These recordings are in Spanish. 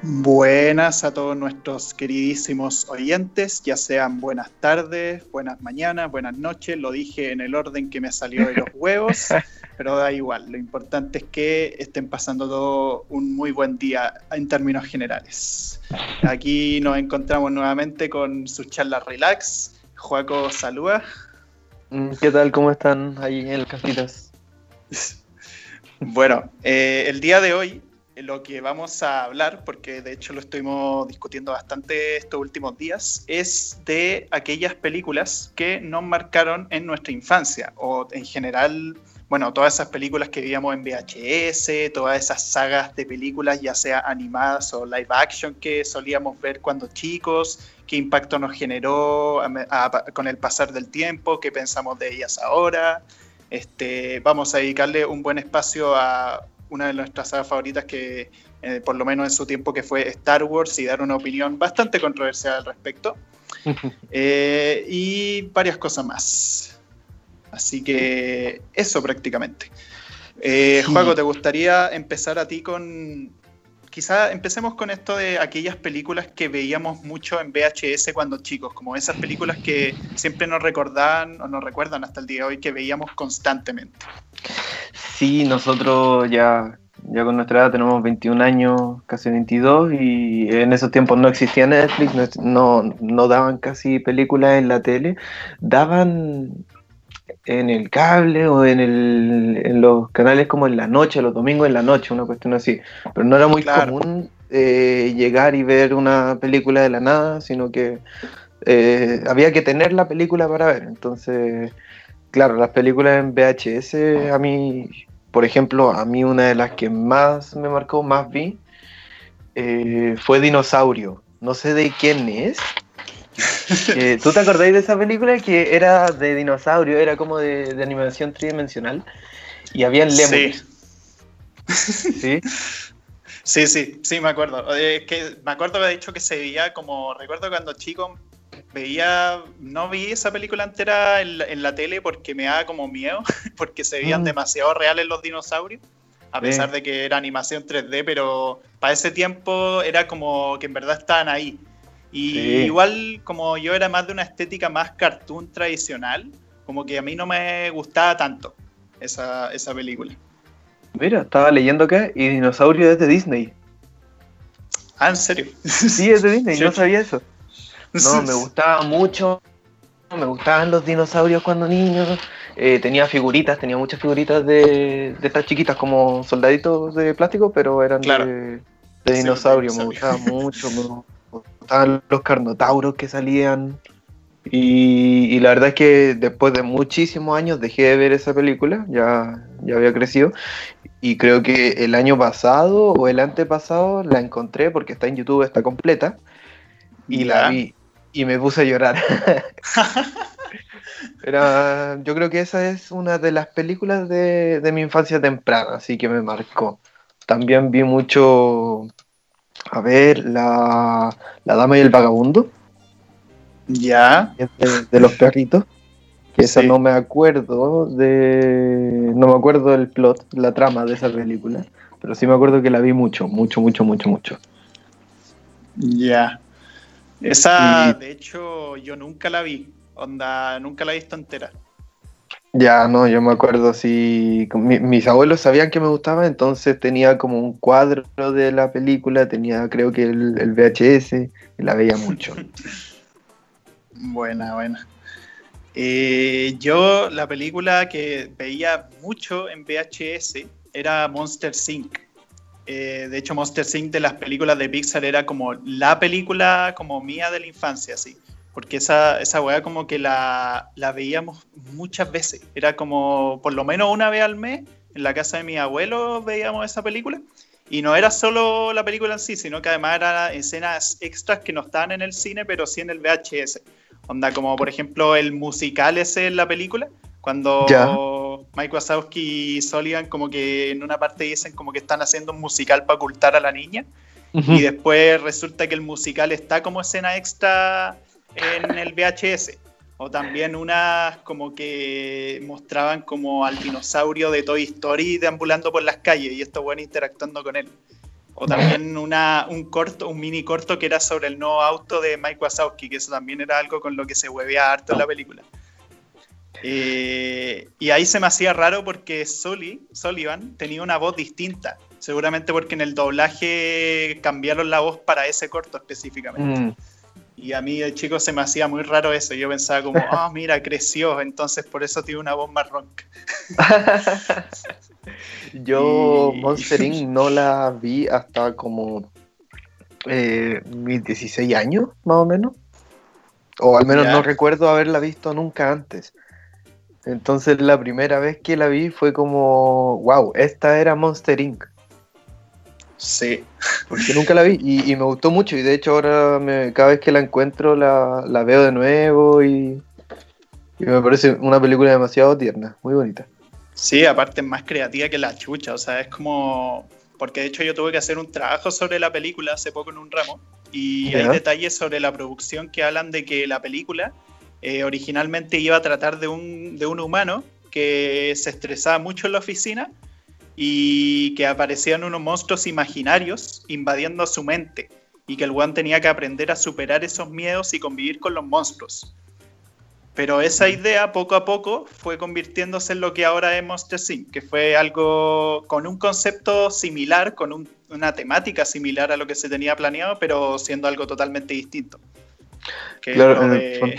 Buenas a todos nuestros queridísimos oyentes, ya sean buenas tardes, buenas mañanas, buenas noches, lo dije en el orden que me salió de los huevos, pero da igual, lo importante es que estén pasando todo un muy buen día en términos generales. Aquí nos encontramos nuevamente con sus charlas relax. Joaco, saluda. ¿Qué tal? ¿Cómo están ahí en el Cafitas? Bueno, el día de hoy lo que vamos a hablar, porque de hecho lo estuvimos discutiendo bastante estos últimos días, es de aquellas películas que nos marcaron en nuestra infancia, o en general, bueno, todas esas películas que veíamos en VHS, todas esas sagas de películas, ya sea animadas o live action, que solíamos ver cuando chicos, qué impacto nos generó con el pasar del tiempo, qué pensamos de ellas ahora. Vamos a dedicarle un buen espacio a una de nuestras sagas favoritas que por lo menos en su tiempo, que fue Star Wars, y dar una opinión bastante controversial al respecto. Y varias cosas más. Así que eso prácticamente. Sí. Joaco, ¿te gustaría empezar a ti con... Quizá empecemos con esto de aquellas películas que veíamos mucho en VHS cuando chicos, como esas películas que siempre nos recordaban o nos recuerdan hasta el día de hoy, que veíamos constantemente. Sí, nosotros ya con nuestra edad tenemos 21 años, casi 22, y en esos tiempos no existía Netflix, no daban casi películas en la tele, daban en el cable o en los canales como en la noche, los domingos en la noche, una cuestión así, pero no era muy Claro. común llegar y ver una película de la nada, sino que había que tener la película para ver, entonces... Claro, las películas en VHS, a mí, por ejemplo, a mí una de las que más me marcó, más vi, fue Dinosaurio. No sé de quién es. ¿Tú te acordáis de esa película que era de dinosaurio, era como de animación tridimensional? Y habían Sí. lémures. ¿Sí? Sí, me acuerdo. Que me acuerdo que de hecho que se veía como, recuerdo cuando chico no vi esa película entera en la tele porque me daba como miedo, porque se veían demasiado reales los dinosaurios, a pesar de que era animación 3D, pero para ese tiempo era como que en verdad estaban ahí. Y Sí. igual como yo era más de una estética más cartoon tradicional, como que a mí no me gustaba tanto esa película. Mira, estaba leyendo acá y Dinosaurio es de Disney. Ah, ¿en serio? Sí, es de Disney, no sabía eso. No, me Sí. gustaba mucho. Me gustaban los dinosaurios cuando niño. Tenía figuritas, tenía muchas figuritas de estas chiquitas como soldaditos de plástico, pero eran Claro, de sí, de dinosaurio. Me dinosaurio. gustaba mucho, me gustaban los carnotauros que salían. Y la verdad es que después de muchísimos años dejé de ver esa película, ya había crecido. Y creo que el año pasado o el antepasado la encontré porque está en YouTube, está completa. Y la Ya. vi y me puse a llorar. Yo creo que esa es una de las películas de mi infancia temprana, así que me marcó. También vi mucho, a ver, La Dama y el Vagabundo, Ya. que es de los perritos, que esa Sí. no me acuerdo del plot, la trama de esa película, pero sí me acuerdo que la vi mucho, mucho, mucho, mucho, mucho. Ya. Esa, Y de hecho, yo nunca la vi. Onda, nunca la he visto entera. ya, no, yo me acuerdo, sí, mis abuelos sabían que me gustaba, entonces tenía como un cuadro de la película, tenía creo que el VHS, y la veía mucho. Buena. Yo la película que veía mucho en VHS era Monster Inc. De hecho, Monster Inc. de las películas de Pixar era como la película como mía de la infancia, sí. Porque esa weá como que la veíamos muchas veces. Era como por lo menos una vez al mes en la casa de mi abuelo veíamos esa película. Y no era solo la película en sí, sino que además eran escenas extras que no estaban en el cine, pero sí en el VHS. Onda, como por ejemplo el musical ese en la película, Ya. cuando Mike Wazowski y Sullivan como que en una parte dicen como que están haciendo un musical para ocultar a la niña, y Ujú. después resulta que el musical está como escena extra en el VHS. O también unas como que mostraban como al dinosaurio de Toy Story deambulando por las calles y estos buenos interactuando con él. O también un mini corto que era sobre el nuevo auto de Mike Wazowski, que eso también era algo con lo que se huevea harto en la película. Y ahí se me hacía raro porque Sullivan tenía una voz distinta, seguramente porque en el doblaje cambiaron la voz para ese corto específicamente. Y a mí de chico se me hacía muy raro eso. Yo pensaba como, mira, creció, entonces por eso tiene una voz más ronca. Yo Monster Inc. no la vi hasta como mis 16 años, más o menos. O al menos no recuerdo haberla visto nunca antes. Entonces la primera vez que la vi fue como, wow, esta era Monster Inc. Sí. Porque nunca la vi y me gustó mucho. Y de hecho ahora cada vez que la encuentro la veo de nuevo y me parece una película demasiado tierna, muy bonita. Sí, aparte es más creativa que la chucha, o sea, es como... Porque de hecho yo tuve que hacer un trabajo sobre la película hace poco en un ramo y hay detalles sobre la producción que hablan de que la película originalmente iba a tratar de un humano que se estresaba mucho en la oficina y que aparecían unos monstruos imaginarios invadiendo su mente y que el weón tenía que aprender a superar esos miedos y convivir con los monstruos. Pero esa idea poco a poco fue convirtiéndose en lo que ahora es Monster Inc., que fue algo con un concepto similar, con una temática similar a lo que se tenía planeado, pero siendo algo totalmente distinto. Que claro,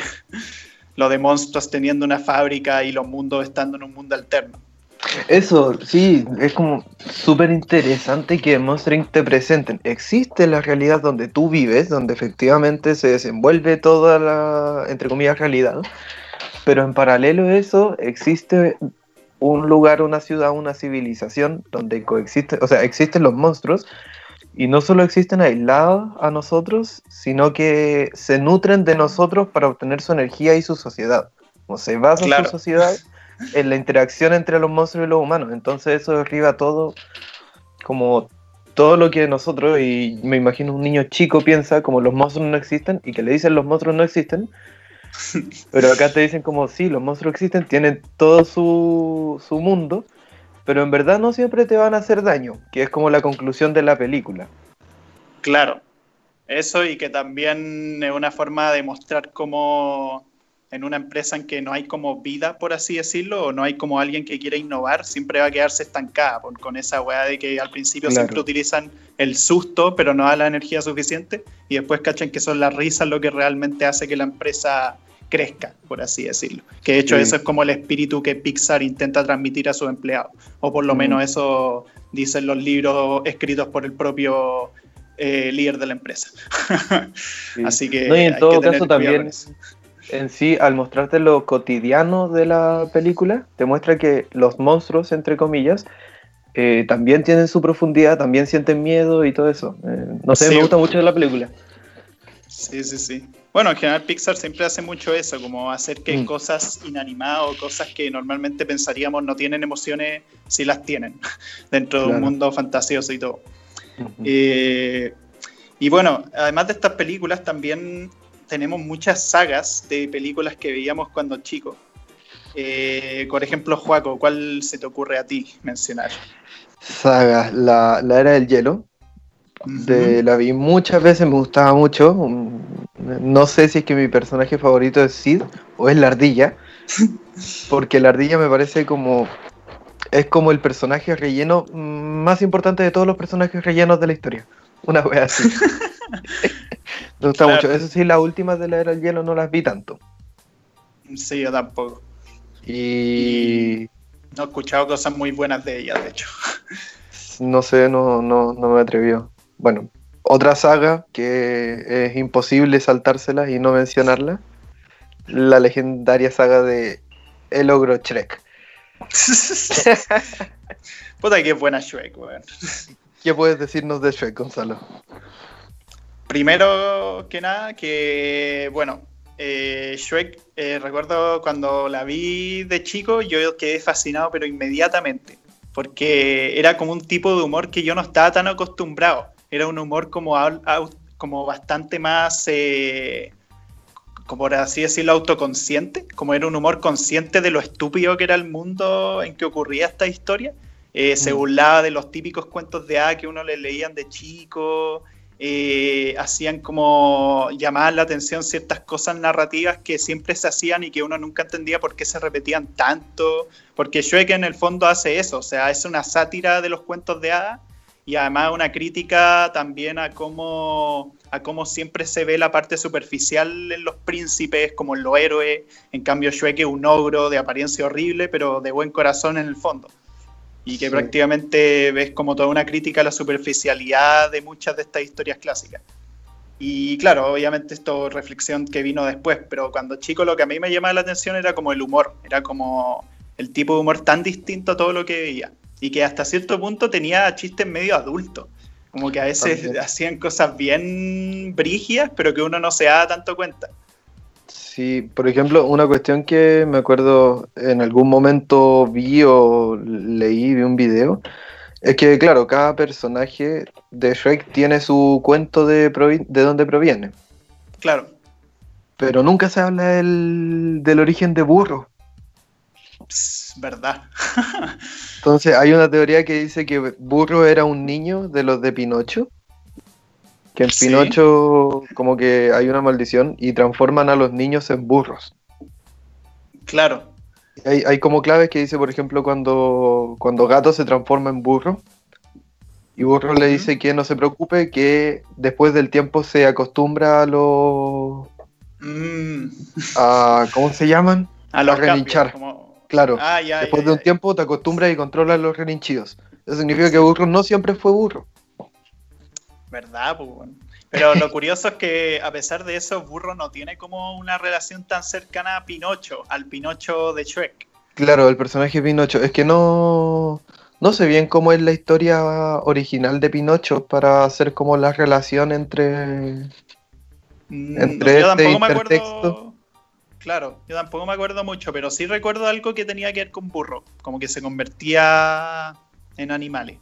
lo de monstruos teniendo una fábrica y los mundos estando en un mundo alterno. Eso, sí, es como súper interesante que en Monster Inc. te presenten. Existe la realidad donde tú vives, donde efectivamente se desenvuelve toda la, entre comillas, realidad, pero en paralelo a eso existe un lugar, una ciudad, una civilización donde coexisten, o sea, existen los monstruos y no solo existen aislados a nosotros, sino que se nutren de nosotros para obtener su energía y su sociedad. O se basa su sociedad en la interacción entre los monstruos y los humanos. Entonces eso derriba todo, como todo lo que nosotros, y me imagino un niño chico piensa como los monstruos no existen, y que le dicen los monstruos no existen, pero acá te dicen como sí, los monstruos existen, tienen todo su mundo, pero en verdad no siempre te van a hacer daño, que es como la conclusión de la película. Claro, eso, y que también es una forma de mostrar cómo en una empresa en que no hay como vida, por así decirlo, o no hay como alguien que quiera innovar, siempre va a quedarse estancada con esa weá de que al principio siempre utilizan el susto, pero no da la energía suficiente, y después cachan que son las risas lo que realmente hace que la empresa crezca, por así decirlo. Que de hecho eso es como el espíritu que Pixar intenta transmitir a sus empleados, o por lo menos eso dicen los libros escritos por el propio líder de la empresa. Así que no, y en hay todo que tener caso también en sí, al mostrarte lo cotidiano de la película, te muestra que los monstruos, entre comillas, también tienen su profundidad, también sienten miedo y todo eso. No sé, me gusta mucho de la película. Sí. Bueno, en general Pixar siempre hace mucho eso, como hacer que cosas inanimadas o cosas que normalmente pensaríamos no tienen emociones, sí las tienen, dentro de un mundo fantasioso y todo. Y bueno, además de estas películas también tenemos muchas sagas de películas que veíamos cuando chicos. Por ejemplo, Joaco, ¿cuál se te ocurre a ti mencionar? Saga, la Era del Hielo. La vi muchas veces, me gustaba mucho. No sé si es que mi personaje favorito es Sid o es la ardilla, porque la ardilla me parece como... Es como el personaje relleno más importante de todos los personajes rellenos de la historia. Una wea así. Me gusta mucho. Eso sí, las últimas de la Era del Hielo no las vi tanto. Sí, yo tampoco. Y no he escuchado cosas muy buenas de ellas, de hecho. No sé, no me atrevió. Bueno, otra saga que es imposible saltársela y no mencionarla, la legendaria saga de El Ogro Shrek. Puta que buena Shrek, weón. ¿Qué puedes decirnos de Shrek, Gonzalo? Primero que nada, que bueno, Shrek, recuerdo cuando la vi de chico, yo quedé fascinado, pero inmediatamente, porque era como un tipo de humor que yo no estaba tan acostumbrado. Era un humor como bastante más, como por así decirlo, autoconsciente, como era un humor consciente de lo estúpido que era el mundo en que ocurría esta historia. Se burlaba de los típicos cuentos de hadas que uno le leían de chico. Hacían como llamar la atención ciertas cosas narrativas que siempre se hacían y que uno nunca entendía por qué se repetían tanto, porque Shrek en el fondo hace eso, o sea, es una sátira de los cuentos de hadas y además una crítica también a cómo siempre se ve la parte superficial en los príncipes, como en los héroes. En cambio Shrek es un ogro de apariencia horrible pero de buen corazón en el fondo. Y que prácticamente ves como toda una crítica a la superficialidad de muchas de estas historias clásicas. Y claro, obviamente esto es reflexión que vino después, pero cuando chico lo que a mí me llamaba la atención era como el humor, era como el tipo de humor tan distinto a todo lo que veía. Y que hasta cierto punto tenía chistes medio adultos, como que a veces hacían cosas bien brígidas, pero que uno no se da tanto cuenta. Sí, por ejemplo, una cuestión que me acuerdo en algún momento vi vi un video, es que, claro, cada personaje de Shrek tiene su cuento de dónde proviene. Claro. Pero nunca se habla del origen de Burro. Verdad. Entonces, hay una teoría que dice que Burro era un niño de los de Pinocho. Que en Pinocho como que hay una maldición y transforman a los niños en burros. Claro. Hay como claves que dice, por ejemplo, cuando Gato se transforma en burro y Burro le dice que no se preocupe, que después del tiempo se acostumbra a los... ¿cómo se llaman? A los relinchar. Claro, después de un tiempo te acostumbras y controlas los relinchidos. Eso significa que Burro no siempre fue burro. ¿Verdad? Pues, bueno. Pero lo curioso es que a pesar de eso, Burro no tiene como una relación tan cercana a Pinocho, al Pinocho de Shrek. Claro, el personaje Pinocho. Es que no sé bien cómo es la historia original de Pinocho para hacer como la relación entre yo tampoco me acuerdo. Claro, yo tampoco me acuerdo mucho, pero sí recuerdo algo que tenía que ver con Burro, como que se convertía en animales.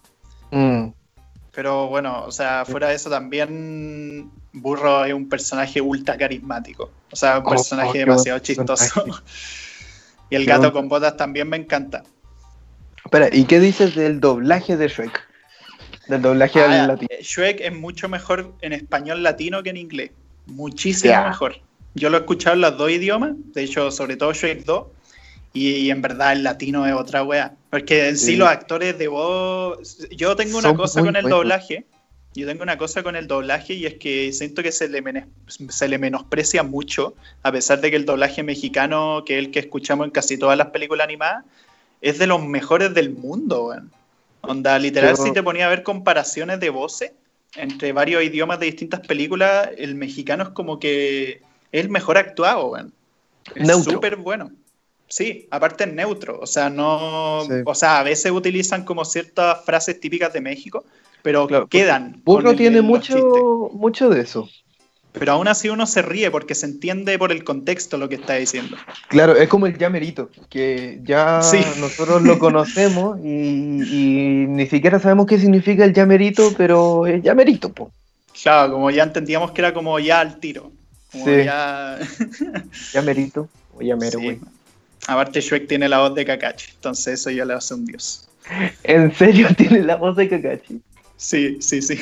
Pero bueno, o sea, fuera de eso también Burro es un personaje ultra carismático. O sea, un personaje demasiado chistoso. Y el gato con botas también me encanta. Espera, ¿y qué dices del doblaje de Shrek? Del doblaje al latino. Shrek es mucho mejor en español latino que en inglés. Muchísimo mejor. Yo lo he escuchado en los dos idiomas, de hecho, sobre todo Shrek 2. Y en verdad el latino es otra wea. Porque en sí los actores de voz... Yo tengo una cosa con el doblaje. Yo tengo una cosa con el doblaje y es que siento que se le menosprecia mucho, a pesar de que el doblaje mexicano, que es el que escuchamos en casi todas las películas animadas, es de los mejores del mundo, weón. Onda, literal, si te ponía a ver comparaciones de voces entre varios idiomas de distintas películas, el mexicano es como que es el mejor actuado, weón. Es súper bueno. Sí, aparte es neutro, o sea, no, o sea, a veces utilizan como ciertas frases típicas de México, pero claro, quedan. Burro tiene mucho de eso. Pero aún así uno se ríe porque se entiende por el contexto lo que está diciendo. Claro, es como el llamerito, que ya nosotros lo conocemos y ni siquiera sabemos qué significa el llamerito, pero es llamerito, po. Claro, como ya entendíamos que era como ya al tiro. Como ya... Llamerito o llamero, güey. Sí. Aparte Shrek tiene la voz de Kakashi, entonces eso ya le hace un dios. ¿En serio tiene la voz de Kakashi? Sí.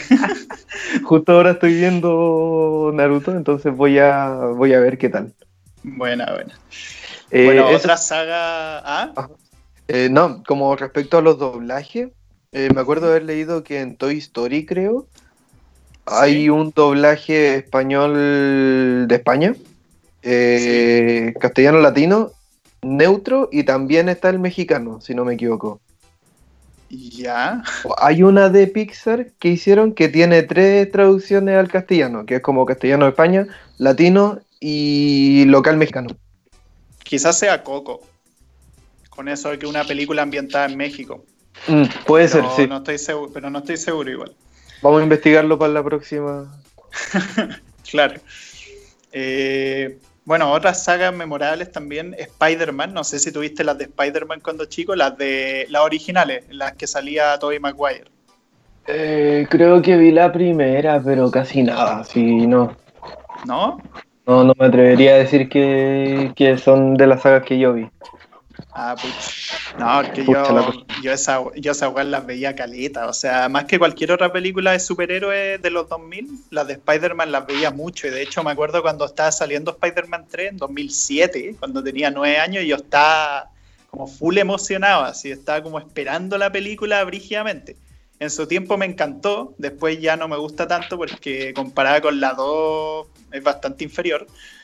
Justo ahora estoy viendo Naruto, entonces voy a ver qué tal. Buena. Bueno, otra saga... no, como respecto a los doblajes, me acuerdo haber leído que en Toy Story, creo, hay un doblaje español de España, castellano-latino, neutro, y también está el mexicano, si no me equivoco. Ya. Hay una de Pixar que hicieron que tiene 3 traducciones al castellano, que es como castellano de España, latino y local mexicano. Quizás sea Coco, con eso de que una película ambientada en México. Puede ser, sí. No estoy seguro, pero no estoy seguro igual. Vamos a investigarlo para la próxima. Claro. Bueno, otras sagas memorables también, Spider-Man, no sé si tuviste las de Spider-Man cuando chico, las originales, las que salía Tobey Maguire. Creo que vi la primera, pero casi nada, sí, no. ¿No? No me atrevería a decir que son de las sagas que yo vi. Ah, pucha. No, porque Pucha, yo esa weá las veía caleta. O sea, más que cualquier otra película de superhéroes de los 2000, las de Spider-Man las veía mucho. Y de hecho me acuerdo cuando estaba saliendo Spider-Man 3 en 2007, cuando tenía 9 años, y yo estaba como full emocionado, así, estaba como esperando la película brígidamente. En su tiempo me encantó, después ya no me gusta tanto porque comparada con la 2 es bastante inferior.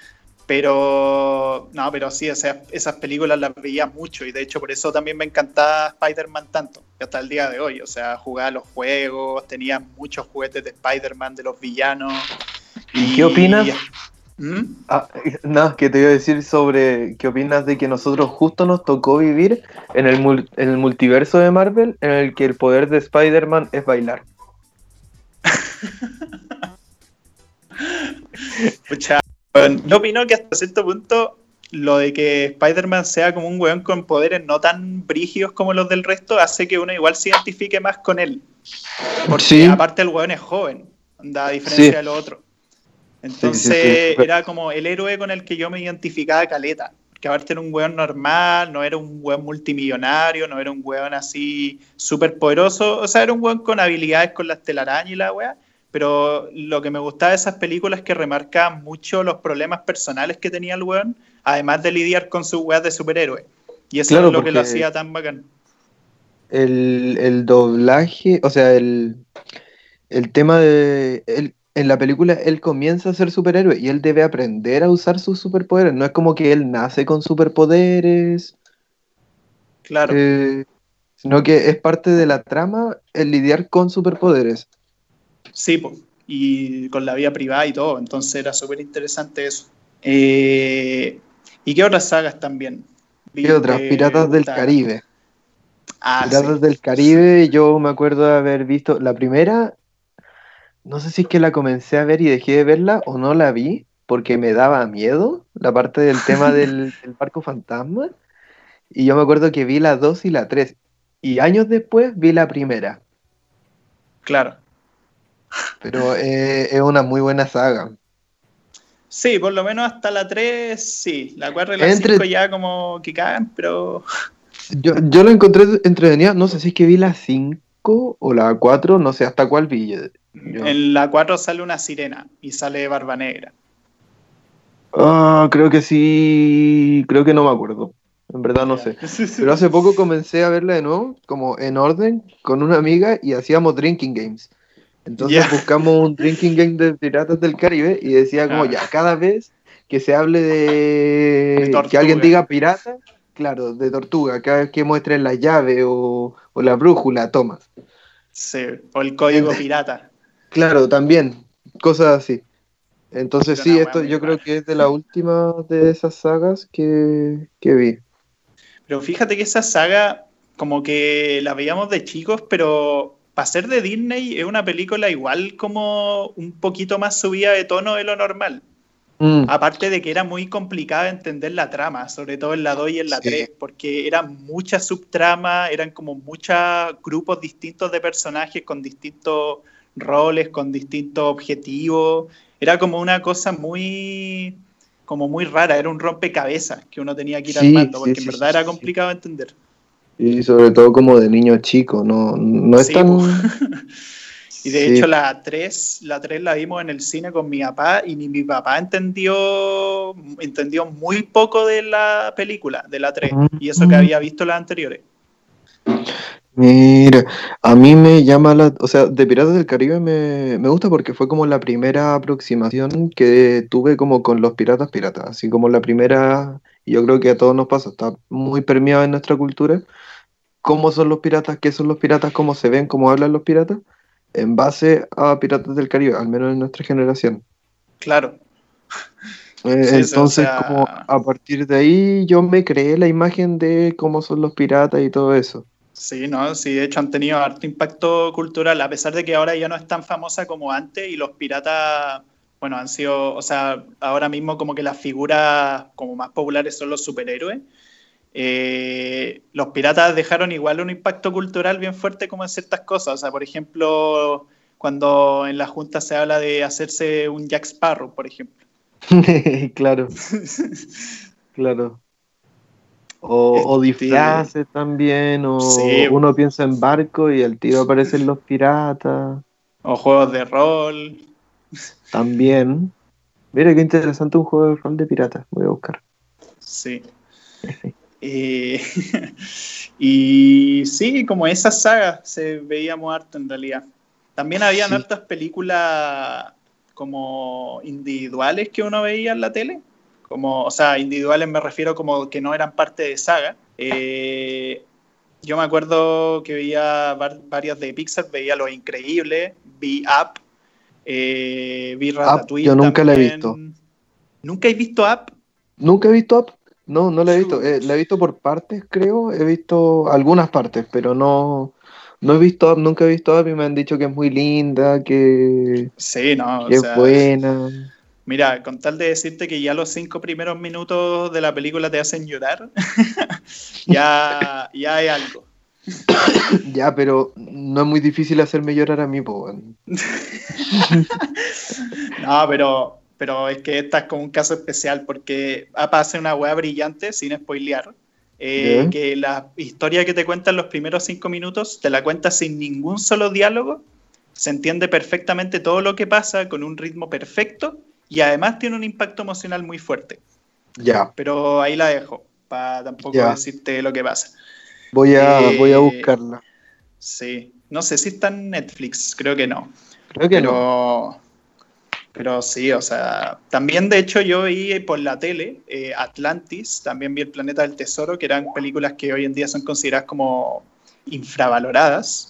Pero, no, pero sí, o sea, esas películas las veía mucho y de hecho por eso también me encantaba Spider-Man tanto, hasta el día de hoy. O sea, jugaba los juegos, tenía muchos juguetes de Spider-Man, de los villanos. ¿Y qué opinas? ¿Mm? Nada, que te iba a decir sobre qué opinas de que nosotros justo nos tocó vivir en en el multiverso de Marvel, en el que el poder de Spider-Man es bailar. Pucha, bueno, yo opino que hasta cierto punto lo de que Spider-Man sea como un weón con poderes no tan brígidos como los del resto hace que uno igual se identifique más con él. Porque Sí, aparte el weón es joven, a sí, diferencia de los otros. sí. Entonces era como el héroe con el que yo me identificaba caleta. Que aparte era un weón normal, no era un weón multimillonario, no era un weón así súper poderoso. O sea, era un weón con habilidades con las telarañas y la weá. Pero lo que me gustaba de esas películas es que remarcaban mucho los problemas personales que tenía el weón, además de lidiar con sus weas de superhéroe. Y eso es claro, lo que lo porque hacía tan bacán. el doblaje, o sea, el tema de él, en la película él comienza a ser superhéroe y él debe aprender a usar sus superpoderes. No es como que él nace con superpoderes, Claro. eh, sino que es parte de la trama el lidiar con superpoderes. Sí, po. Y con la vida privada y todo, entonces era súper interesante eso. ¿Y qué otras sagas también ¿Qué otras? te Piratas del gustaron? Caribe. Ah, Piratas sí. del Caribe, yo me acuerdo de haber visto la primera, no sé si es que la comencé a ver y dejé de verla o no la vi porque me daba miedo la parte del tema del barco fantasma. Y yo me acuerdo que vi la 2 y la 3 y años después vi la primera. Claro. Pero es una muy buena saga. Sí, por lo menos hasta la 3 sí. La 4 y la Entre, 5 ya como que cagan, pero yo la encontré entretenida, no sé si es que vi la 5 o la 4 no sé hasta cuál vi yo. en la 4 sale una sirena y sale Barba Negra. Ah, creo que sí, creo que no me acuerdo, en verdad no Ya. sé. Pero hace poco comencé a verla de nuevo, como en orden, con una amiga y hacíamos drinking games. Ya. Entonces buscamos un drinking game de Piratas del Caribe y decía como Ah, ya, cada vez que se hable de de que alguien tortuga. diga pirata, claro, de tortuga, cada vez que muestren la llave o la brújula, toma. Sí. O el código Ent- pirata. claro, también, cosas así. Entonces Era sí, una wea esto muy yo creo rara. que es de la última de esas sagas que vi. Pero fíjate que esa saga, como que la veíamos de chicos, pero para ser de Disney es una película igual como un poquito más subida de tono de lo normal. Mm, Aparte de que era muy complicado entender la trama, sobre todo en la 2 y en la sí, 3 porque eran muchas subtramas, eran como muchos grupos distintos de personajes con distintos roles, con distintos objetivos. Era como una cosa como muy rara, era un rompecabezas que uno tenía que ir armando, porque en verdad era sí. complicado entender. Y sobre todo como de niño chico, no es Sí, pues. tan... Y de hecho Sí. la 3 la vimos en el cine con mi papá y ni mi papá entendió muy poco de la película, de la 3 y eso que Mm. había visto las anteriores. Mira, a mí me llama la, o sea, de Piratas del Caribe me gusta porque fue como la primera aproximación que tuve como con los piratas piratas, así como la primera, y yo creo que a todos nos pasa, está muy permeado en nuestra cultura, cómo son los piratas, qué son los piratas, cómo se ven, cómo hablan los piratas, en base a Piratas del Caribe, al menos en nuestra generación. Claro, sí, sí, o Entonces, como sea, a partir de ahí yo me creé la imagen de cómo son los piratas y todo eso. sí, ¿no? Sí, de hecho han tenido harto impacto cultural, a pesar de que ahora ya no es tan famosa como antes y los piratas, bueno, han sido, o sea, ahora mismo como que las figuras como más populares son los superhéroes. Los piratas dejaron igual un impacto cultural bien fuerte como en ciertas cosas. O sea, por ejemplo, cuando en la Junta se habla de hacerse un Jack Sparrow, por ejemplo. Claro, claro. O disfraces también, o Sí, uno piensa en barco y al tiro aparecen los piratas. o juegos de rol. También. Mira qué interesante un juego de rol de piratas. Voy a buscar. Sí. Y, y sí, como esa saga se veíamos harto en realidad. También habían Sí. hartas películas como individuales que uno veía en la tele. Como, o sea, individuales me refiero como que no eran parte de saga. Yo me acuerdo que veía varias de Pixar, veía Los Increíbles, vi Up, vi Up, Ratatouille yo nunca la he visto. también. ¿Nunca he visto Up? ¿Nunca he visto Up? No, no la he visto. Chu. La he visto por partes, creo. He visto algunas partes, pero no he visto Up, nunca he visto Up y me han dicho que es muy linda, Sí, no, o que es sea, buena. mira, con tal de decirte que ya los 5 primeros minutos de la película te hacen llorar, ya hay algo. Ya, pero no es muy difícil hacerme llorar a mí, po, weón. No, pero es que esta es como un caso especial porque APA hace una weá brillante, sin spoilear, ¿Ya? que la historia que te cuentan los primeros 5 minutos te la cuenta sin ningún solo diálogo, se entiende perfectamente todo lo que pasa con un ritmo perfecto y además tiene un impacto emocional muy fuerte. Ya, Pero ahí la dejo, para tampoco ya. decirte lo que pasa. Voy a Eh, buscarla. sí, no sé si está en Netflix, creo que no. Creo que no. Pero, pero sí, o sea, también de hecho yo vi por la tele Atlantis, también vi El Planeta del Tesoro, que eran películas que hoy en día son consideradas como infravaloradas.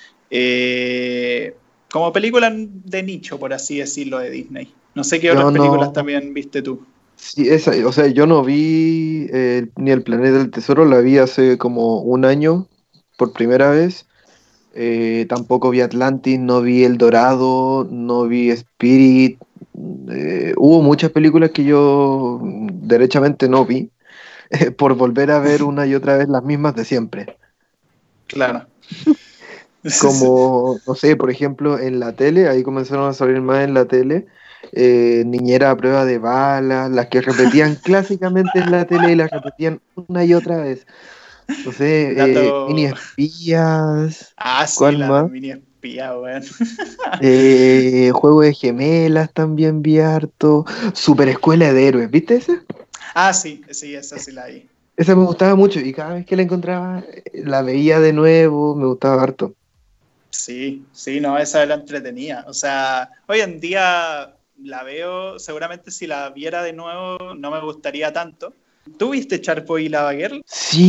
Como películas de nicho, por así decirlo, de Disney. No sé qué otras Yo películas no. también viste tú. Sí, esa, o sea, yo no vi ni El Planeta del Tesoro, la vi hace como un año por primera vez. Tampoco vi Atlantis, no vi El Dorado, no vi Spirit. Hubo muchas películas que yo derechamente no vi por volver a ver una y otra vez las mismas de siempre. Claro. Como, no sé, por ejemplo, en la tele, ahí comenzaron a salir más en la tele, Niñera a prueba de balas, las que repetían clásicamente en la tele y las repetían una y otra vez. No sé, Mini Dato. Espías, Ah, sí, ¿cuál la más? mini espía, weón. Juego de Gemelas también vi harto. Super Escuela de Héroes, ¿viste esa? Ah, sí, sí, esa sí la vi. Esa me gustaba mucho y cada vez que la encontraba, la veía de nuevo, me gustaba harto. Sí, sí, no, esa la entretenía. O sea, hoy en día la veo, seguramente si la viera de nuevo no me gustaría tanto. ¿Tú viste Charpo y la Baguer?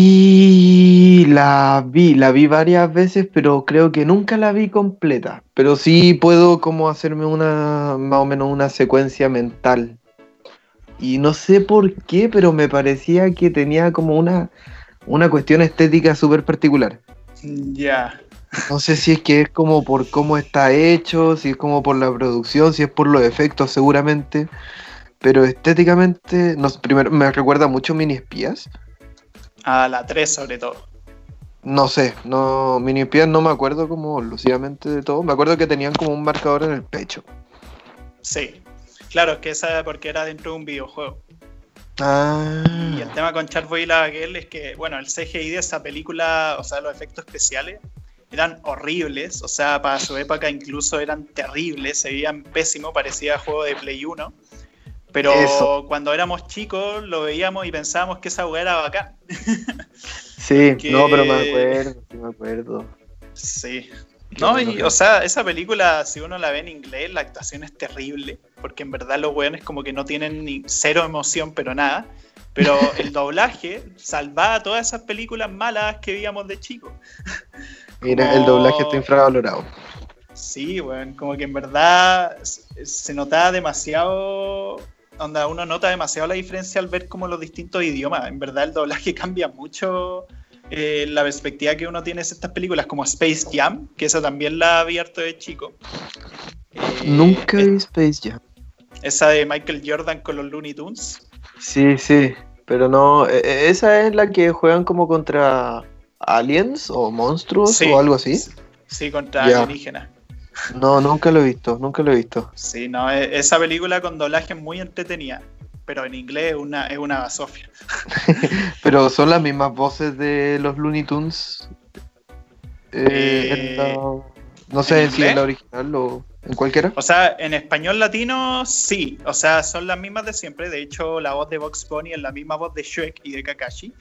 Sí, la vi varias veces, pero creo que nunca la vi completa. Pero sí puedo como hacerme una, más o menos una secuencia mental. Y no sé por qué, pero me parecía que tenía como una cuestión estética súper particular. Ya, No sé si es que es como por cómo está hecho, si es como por la producción, si es por los efectos seguramente. Pero estéticamente, no, sé, primero me recuerda mucho Mini Espías. a la 3 sobre todo. No sé, no, Mini Espías no me acuerdo como lucidamente de todo. Me acuerdo que tenían como un marcador en el pecho. Sí, claro, es que esa porque era dentro de un videojuego. Y el Ah, tema con Charpo y la Baguer es que, bueno, el CGI de esa película, o sea, los efectos especiales eran horribles, o sea, para su época incluso eran terribles, se veían pésimo, parecía juego de Play 1. eso. Pero cuando éramos chicos lo veíamos y pensábamos que esa weá era bacán. Sí, no, pero me Porque acuerdo, sí me acuerdo. sí. Qué No, bueno y que o sea, esa película, si uno la ve en inglés, la actuación es terrible, porque en verdad los weones como que no tienen ni cero emoción, pero nada. Pero el doblaje salvaba todas esas películas malas que veíamos de chicos. mira, el doblaje está Como, infravalorado. sí, weón, como que en verdad se notaba demasiado, onda, uno nota demasiado la diferencia al ver como los distintos idiomas. En verdad el doblaje cambia mucho la perspectiva que uno tiene de estas películas, como Space Jam, que esa también la había harto de chico. Nunca Es- vi Space Jam. esa de Michael Jordan con los Looney Tunes. Sí, sí, pero no, esa es la que juegan como contra aliens o monstruos o Sí, algo así. sí, contra Ya, alienígenas. no, nunca lo he visto, nunca lo he visto. Sí, no, esa película con doblaje es muy entretenida, pero en inglés es una basofia. Pero son las mismas voces de los Looney Tunes. No sé si en la original o en cualquiera. O sea, en español latino sí, o sea, son las mismas de siempre. De hecho, la voz de Bugs Bunny es la misma voz de Shrek y de Kakashi.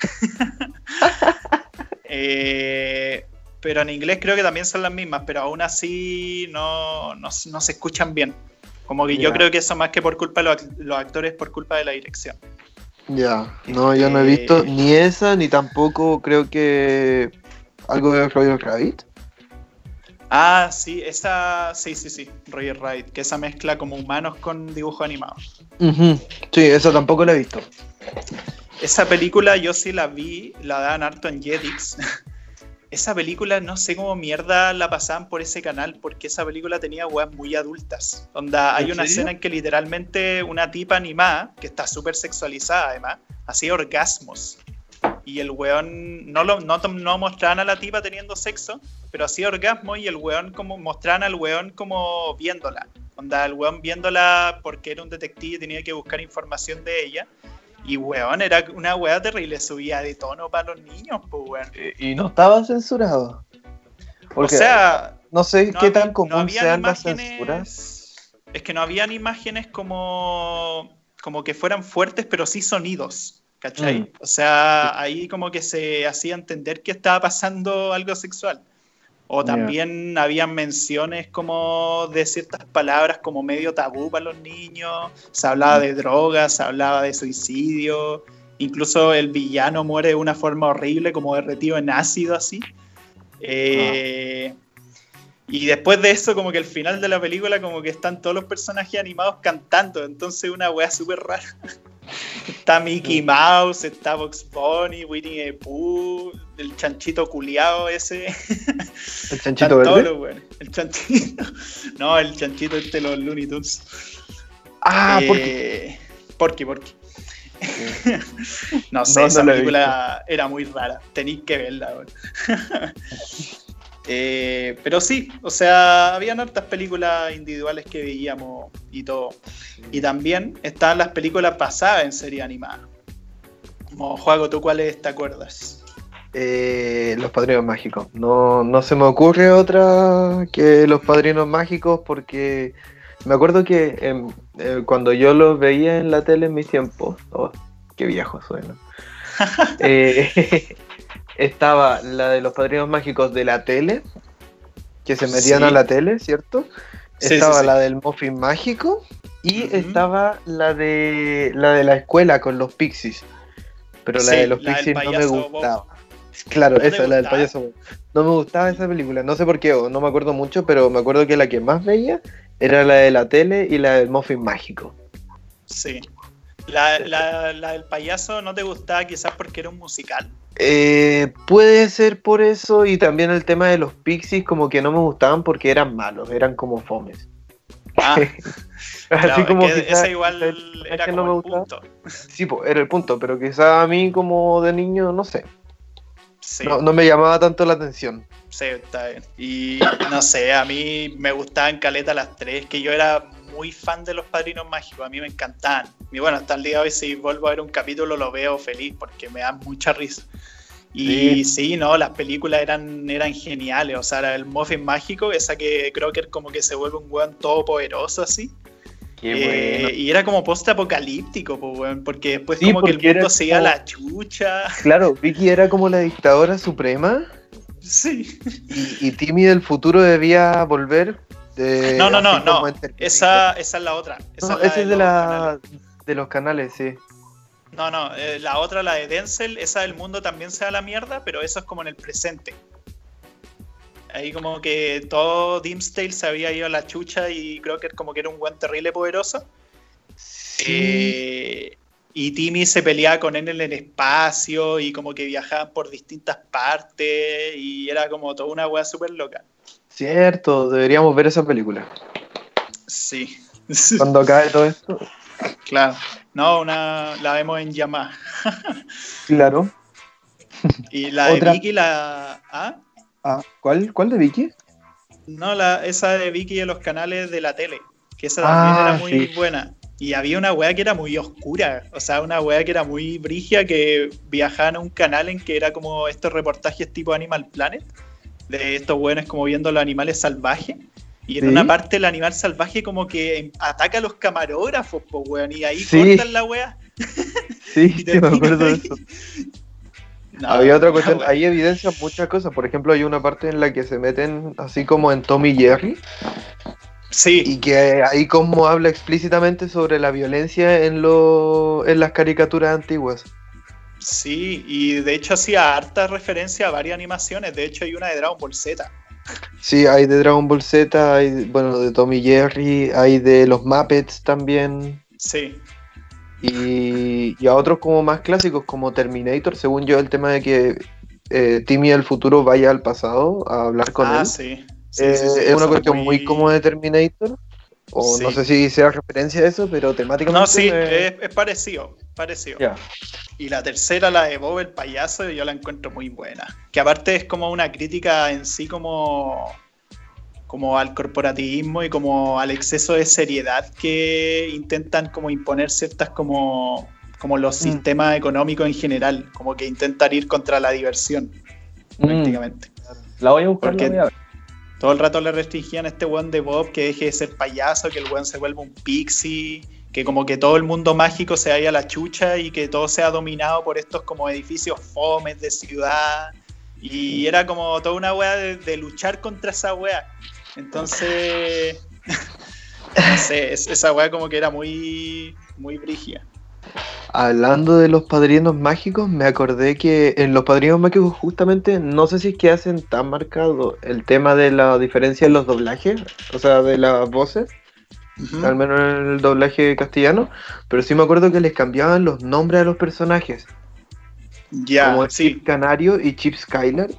Pero en inglés creo que también son las mismas, pero aún así no se escuchan bien. Como que yo creo que eso más que por culpa de los actores, por culpa de la dirección. Ya, no, yo no he visto ni esa, ni tampoco creo que algo de Roger Rabbit. Ah, sí, esa, sí, Roger Rabbit, que esa mezcla como humanos con dibujos animados. Uh-huh. Sí, esa tampoco la he visto. Esa película yo sí la vi, la daban harto en Jetix. Esa película no sé cómo mierda la pasaban por ese canal, porque esa película tenía weas muy adultas. Onda, hay una escena en que literalmente una tipa animada, que está súper sexualizada además, hacía orgasmos. Y el weón no mostraban a la tipa teniendo sexo, pero hacía orgasmo y el weón como mostraban al weón como viéndola. Onda, el weón viéndola porque era un detective y tenía que buscar información de ella. Y weón, era una weá terrible, subía de tono para los niños, pues weón. Y no estaba censurado. Porque, o sea, no sé qué tan común sean las censuras. Es que no habían imágenes como que fueran fuertes, pero sí sonidos, ¿cachai? O sea, ahí como que se hacía entender que estaba pasando algo sexual. O también habían menciones como de ciertas palabras como medio tabú para los niños. Se hablaba de drogas, se hablaba de suicidio. Incluso el villano muere de una forma horrible, como derretido en ácido así. Y después de eso, como que al final de la película, como que están todos los personajes animados cantando. Entonces una wea súper rara. Está Mickey Mouse, está Bugs Bunny, Winnie the Pooh, el chanchito culiao ese. ¿El chanchito verde? Bueno. El chanchito. No, el chanchito de los Looney Tunes. Porky. No sé, esa película era muy rara. Tenéis que verla, bueno. Pero sí, o sea, habían hartas películas individuales que veíamos y todo. Y también estaban las películas basadas en serie animada. Como Juaco, ¿tú cuáles te acuerdas? Los Padrinos Mágicos. No se me ocurre otra que Los Padrinos Mágicos porque me acuerdo que cuando yo los veía en la tele en mis tiempos, qué viejo suena. Estaba la de los Padrinos Mágicos de la tele, que se metían a la tele, ¿cierto? Estaba la del Muffin Mágico y estaba la de la escuela con los Pixies. Pero la de los Pixies no me gustaba. Bob. Claro, ¿No esa, la del payaso Bob. No me gustaba esa película, no sé por qué, no me acuerdo mucho, pero me acuerdo que la que más veía era la de la tele y la del Muffin Mágico. Sí. La del payaso no te gustaba quizás porque era un musical. Puede ser por eso y también el tema de los Pixies como que no me gustaban porque eran malos, eran como fomes. Así claro, como que esa igual era como no el punto. Sí, pues era el punto, pero quizás a mí como de niño, no sé. Sí. No me llamaba tanto la atención. Sí, está bien. Y no sé, a mí me gustaban caleta las tres, que yo era muy fan de los Padrinos Mágicos, a mí me encantaban. Y bueno, hasta el día de hoy si vuelvo a ver un capítulo lo veo feliz porque me dan mucha risa. Y sí, no, las películas eran geniales, o sea, el Muffin Mágico, esa que creo que como que se vuelve un weón todopoderoso así. Qué bueno. Y era como post-apocalíptico, pues, weón, porque después como que el mundo se iba a la chucha. Claro, Vicky era como la dictadora suprema. Sí. Y Timmy del futuro debía volver. No. Esa es la otra. Esa es de los canales, sí. No, la otra, la de Denzel, esa del mundo también se da la mierda, pero eso es como en el presente. Ahí como que todo Dimmsdale se había ido a la chucha y creo que como que era un buen terrible poderoso. Sí. Y Timmy se peleaba con él en el espacio y como que viajaban por distintas partes y era como toda una wea súper loca. Cierto, deberíamos ver esa película. Sí. Cuando acabe todo esto. Claro. No, la vemos en Yamaha. Claro. Y la de Vicky, ¿Cuál de Vicky? No, esa de Vicky de los canales de la tele. Que esa también era muy buena. Y había una wea que era muy oscura, o sea, una wea que era muy brígida, que viajaban a un canal en que era como estos reportajes tipo Animal Planet, de estos weones como viendo los animales salvajes. Y en una parte el animal salvaje como que ataca a los camarógrafos, po, weón, y ahí cortan la wea. Sí, me acuerdo de eso. No, había otra cuestión, ahí evidencian muchas cosas. Por ejemplo, hay una parte en la que se meten así como en Tom y Jerry. Sí. Y que ahí como habla explícitamente sobre la violencia en las caricaturas antiguas. Sí, y de hecho hacía harta referencia a varias animaciones. De hecho hay una de Dragon Ball Z. Sí, hay de Dragon Ball Z, hay, bueno, de Tom y Jerry, hay de los Muppets también. Sí. Y a otros como más clásicos, como Terminator, según yo, el tema de que Timmy del futuro vaya al pasado a hablar con él. Sí. Es una cuestión muy como de Terminator. O no sé si sea referencia a eso, pero temáticamente... No, sí, es parecido. Yeah. Y la tercera, la de Bob el payaso, yo la encuentro muy buena. Que aparte es como una crítica en sí como al corporativismo y como al exceso de seriedad que intentan como imponer ciertas como los sistemas económicos en general. Como que intentan ir contra la diversión, prácticamente. La voy a buscar, porque la voy a ver. Todo el rato le restringían a este weón de Bob que deje de ser payaso, que el weón se vuelva un pixie, que como que todo el mundo mágico se vaya a la chucha y que todo sea dominado por estos como edificios fomes de ciudad. Y era como toda una wea de luchar contra esa wea. Entonces, no sé, esa wea como que era muy, muy brígida. Hablando de los padrinos mágicos, me acordé que en los padrinos mágicos justamente, no sé si es que hacen tan marcado el tema de la diferencia en los doblajes, o sea, de las voces, al menos en el doblaje castellano, pero sí me acuerdo que les cambiaban los nombres a los personajes. Como Chip Canario y Chip Skylar.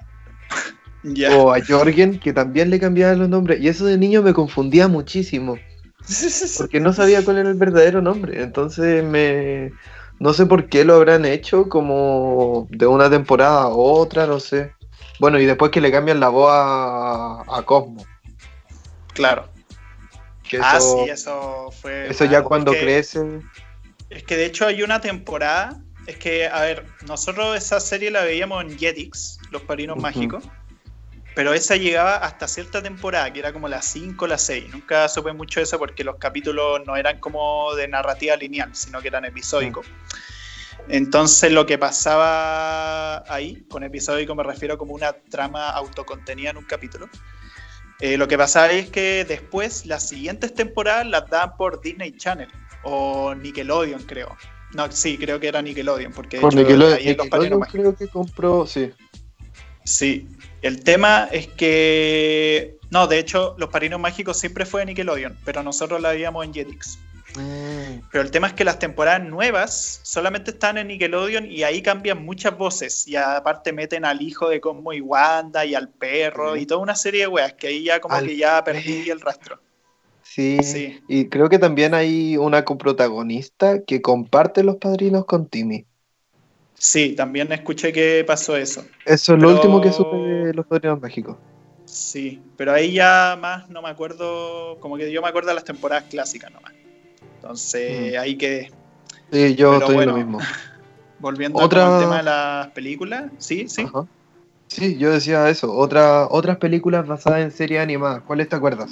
O a Jorgen, que también le cambiaban los nombres, y eso de niño me confundía muchísimo. Porque no sabía cuál era el verdadero nombre. Entonces no sé por qué lo habrán hecho como de una temporada a otra, no sé. Bueno, y después que le cambian la voz a Cosmo. Claro. Que eso, sí, eso fue... Eso ya cuando crece... Es que de hecho hay una temporada... Es que, a ver, nosotros esa serie la veíamos en Jetix, Los Padrinos Mágicos. Pero esa llegaba hasta cierta temporada, que era como la 5 o la 6. Nunca supe mucho de eso porque los capítulos no eran como de narrativa lineal, sino que eran episódicos. Entonces lo que pasaba ahí, con episódico me refiero como una trama autocontenida en un capítulo. Lo que pasaba ahí es que después las siguientes temporadas las daban por Disney Channel o Nickelodeon, creo. No, sí, creo que era Nickelodeon, porque de por hecho Nickelodeon, ahí en Los Padrinos Mágicos creo que compró, sí. Sí, el tema es que... No, de hecho, Los Padrinos Mágicos siempre fue de Nickelodeon, pero nosotros la veíamos en Jetix. Pero el tema es que las temporadas nuevas solamente están en Nickelodeon y ahí cambian muchas voces. Y aparte meten al hijo de Cosmo y Wanda y al perro y toda una serie de weas que ahí ya como que ya perdí el rastro. Sí, y creo que también hay una coprotagonista que comparte Los Padrinos con Timmy. Sí, también escuché que pasó eso. Eso es lo último que supe de Los Padrinos Mágicos. Sí, pero ahí ya más no me acuerdo, como que yo me acuerdo de las temporadas clásicas nomás. Entonces ahí quedé. Sí, yo estoy en lo mismo. Volviendo al tema de las películas, sí. Ajá. Sí, yo decía eso. Otras películas basadas en series animadas, ¿cuáles te acuerdas?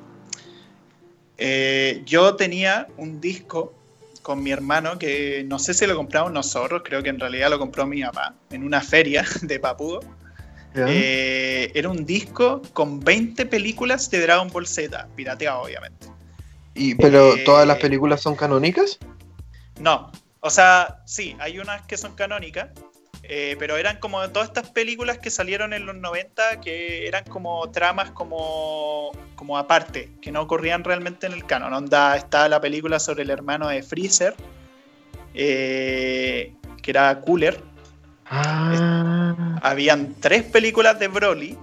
Yo tenía un disco con mi hermano que no sé si lo compramos nosotros, creo que en realidad lo compró mi papá en una feria de Papudo. Era un disco con 20 películas de Dragon Ball Z, pirateado obviamente. ¿Pero todas las películas son canónicas? No, o sea, sí, hay unas que son canónicas, pero eran como todas estas películas que salieron en los 90 que eran como tramas como aparte, que no ocurrían realmente en el canon. Onda, está la película sobre el hermano de Freezer, que era Cooler. Habían 3 películas de Broly,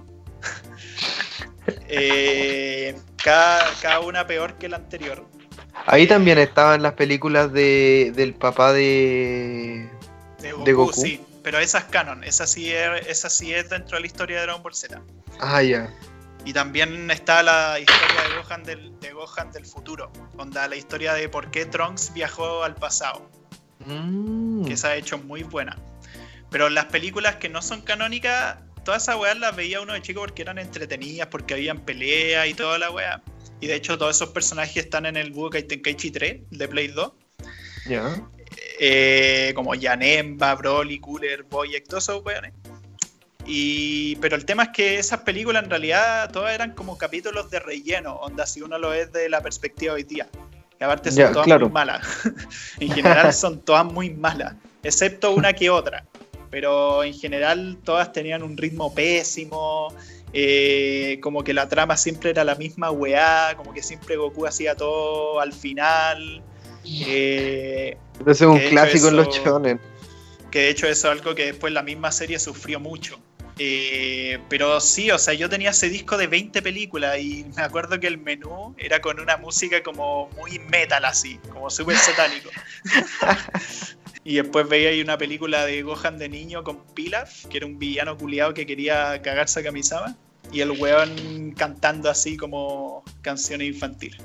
cada una peor que la anterior. Ahí también estaban las películas del papá de Goku. Sí, pero esa es canon, esa sí es dentro de la historia de Dragon Ball Z. Ya. Y también está la historia de Gohan del futuro, onda la historia de por qué Trunks viajó al pasado, que se ha hecho muy buena. Pero las películas que no son canónicas, todas esas weas las veía uno de chico porque eran entretenidas, porque habían peleas y toda la wea. Y de hecho todos esos personajes están en el Budokai Tenkaichi 3 de Play 2. Ya. Como Janemba, Broly, Cooler, Boyek, todos esos weones. Pero el tema es que esas películas en realidad todas eran como capítulos de relleno, onda si uno lo ve de la perspectiva hoy día. Y aparte son todas muy malas. En general son todas muy malas, excepto una que otra. Pero en general todas tenían un ritmo pésimo, como que la trama siempre era la misma weá, como que siempre Goku hacía todo al final. Ese es un clásico en los shonen. Que de hecho eso es algo que después la misma serie sufrió mucho. Pero sí, o sea, yo tenía ese disco de 20 películas y me acuerdo que el menú era con una música como muy metal así, como súper satánico. Y después veía ahí una película de Gohan de niño con Pilaf, que era un villano culiado que quería cagarse a Kamisama, y el weón cantando así como canciones infantiles.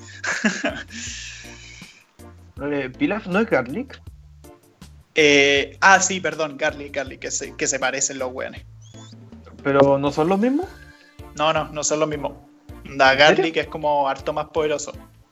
¿Pilaf no es Garlic? Sí, perdón, Garlic, que se parecen los weones. ¿Pero no son los mismos? No son los mismos. Garlic es como harto más poderoso.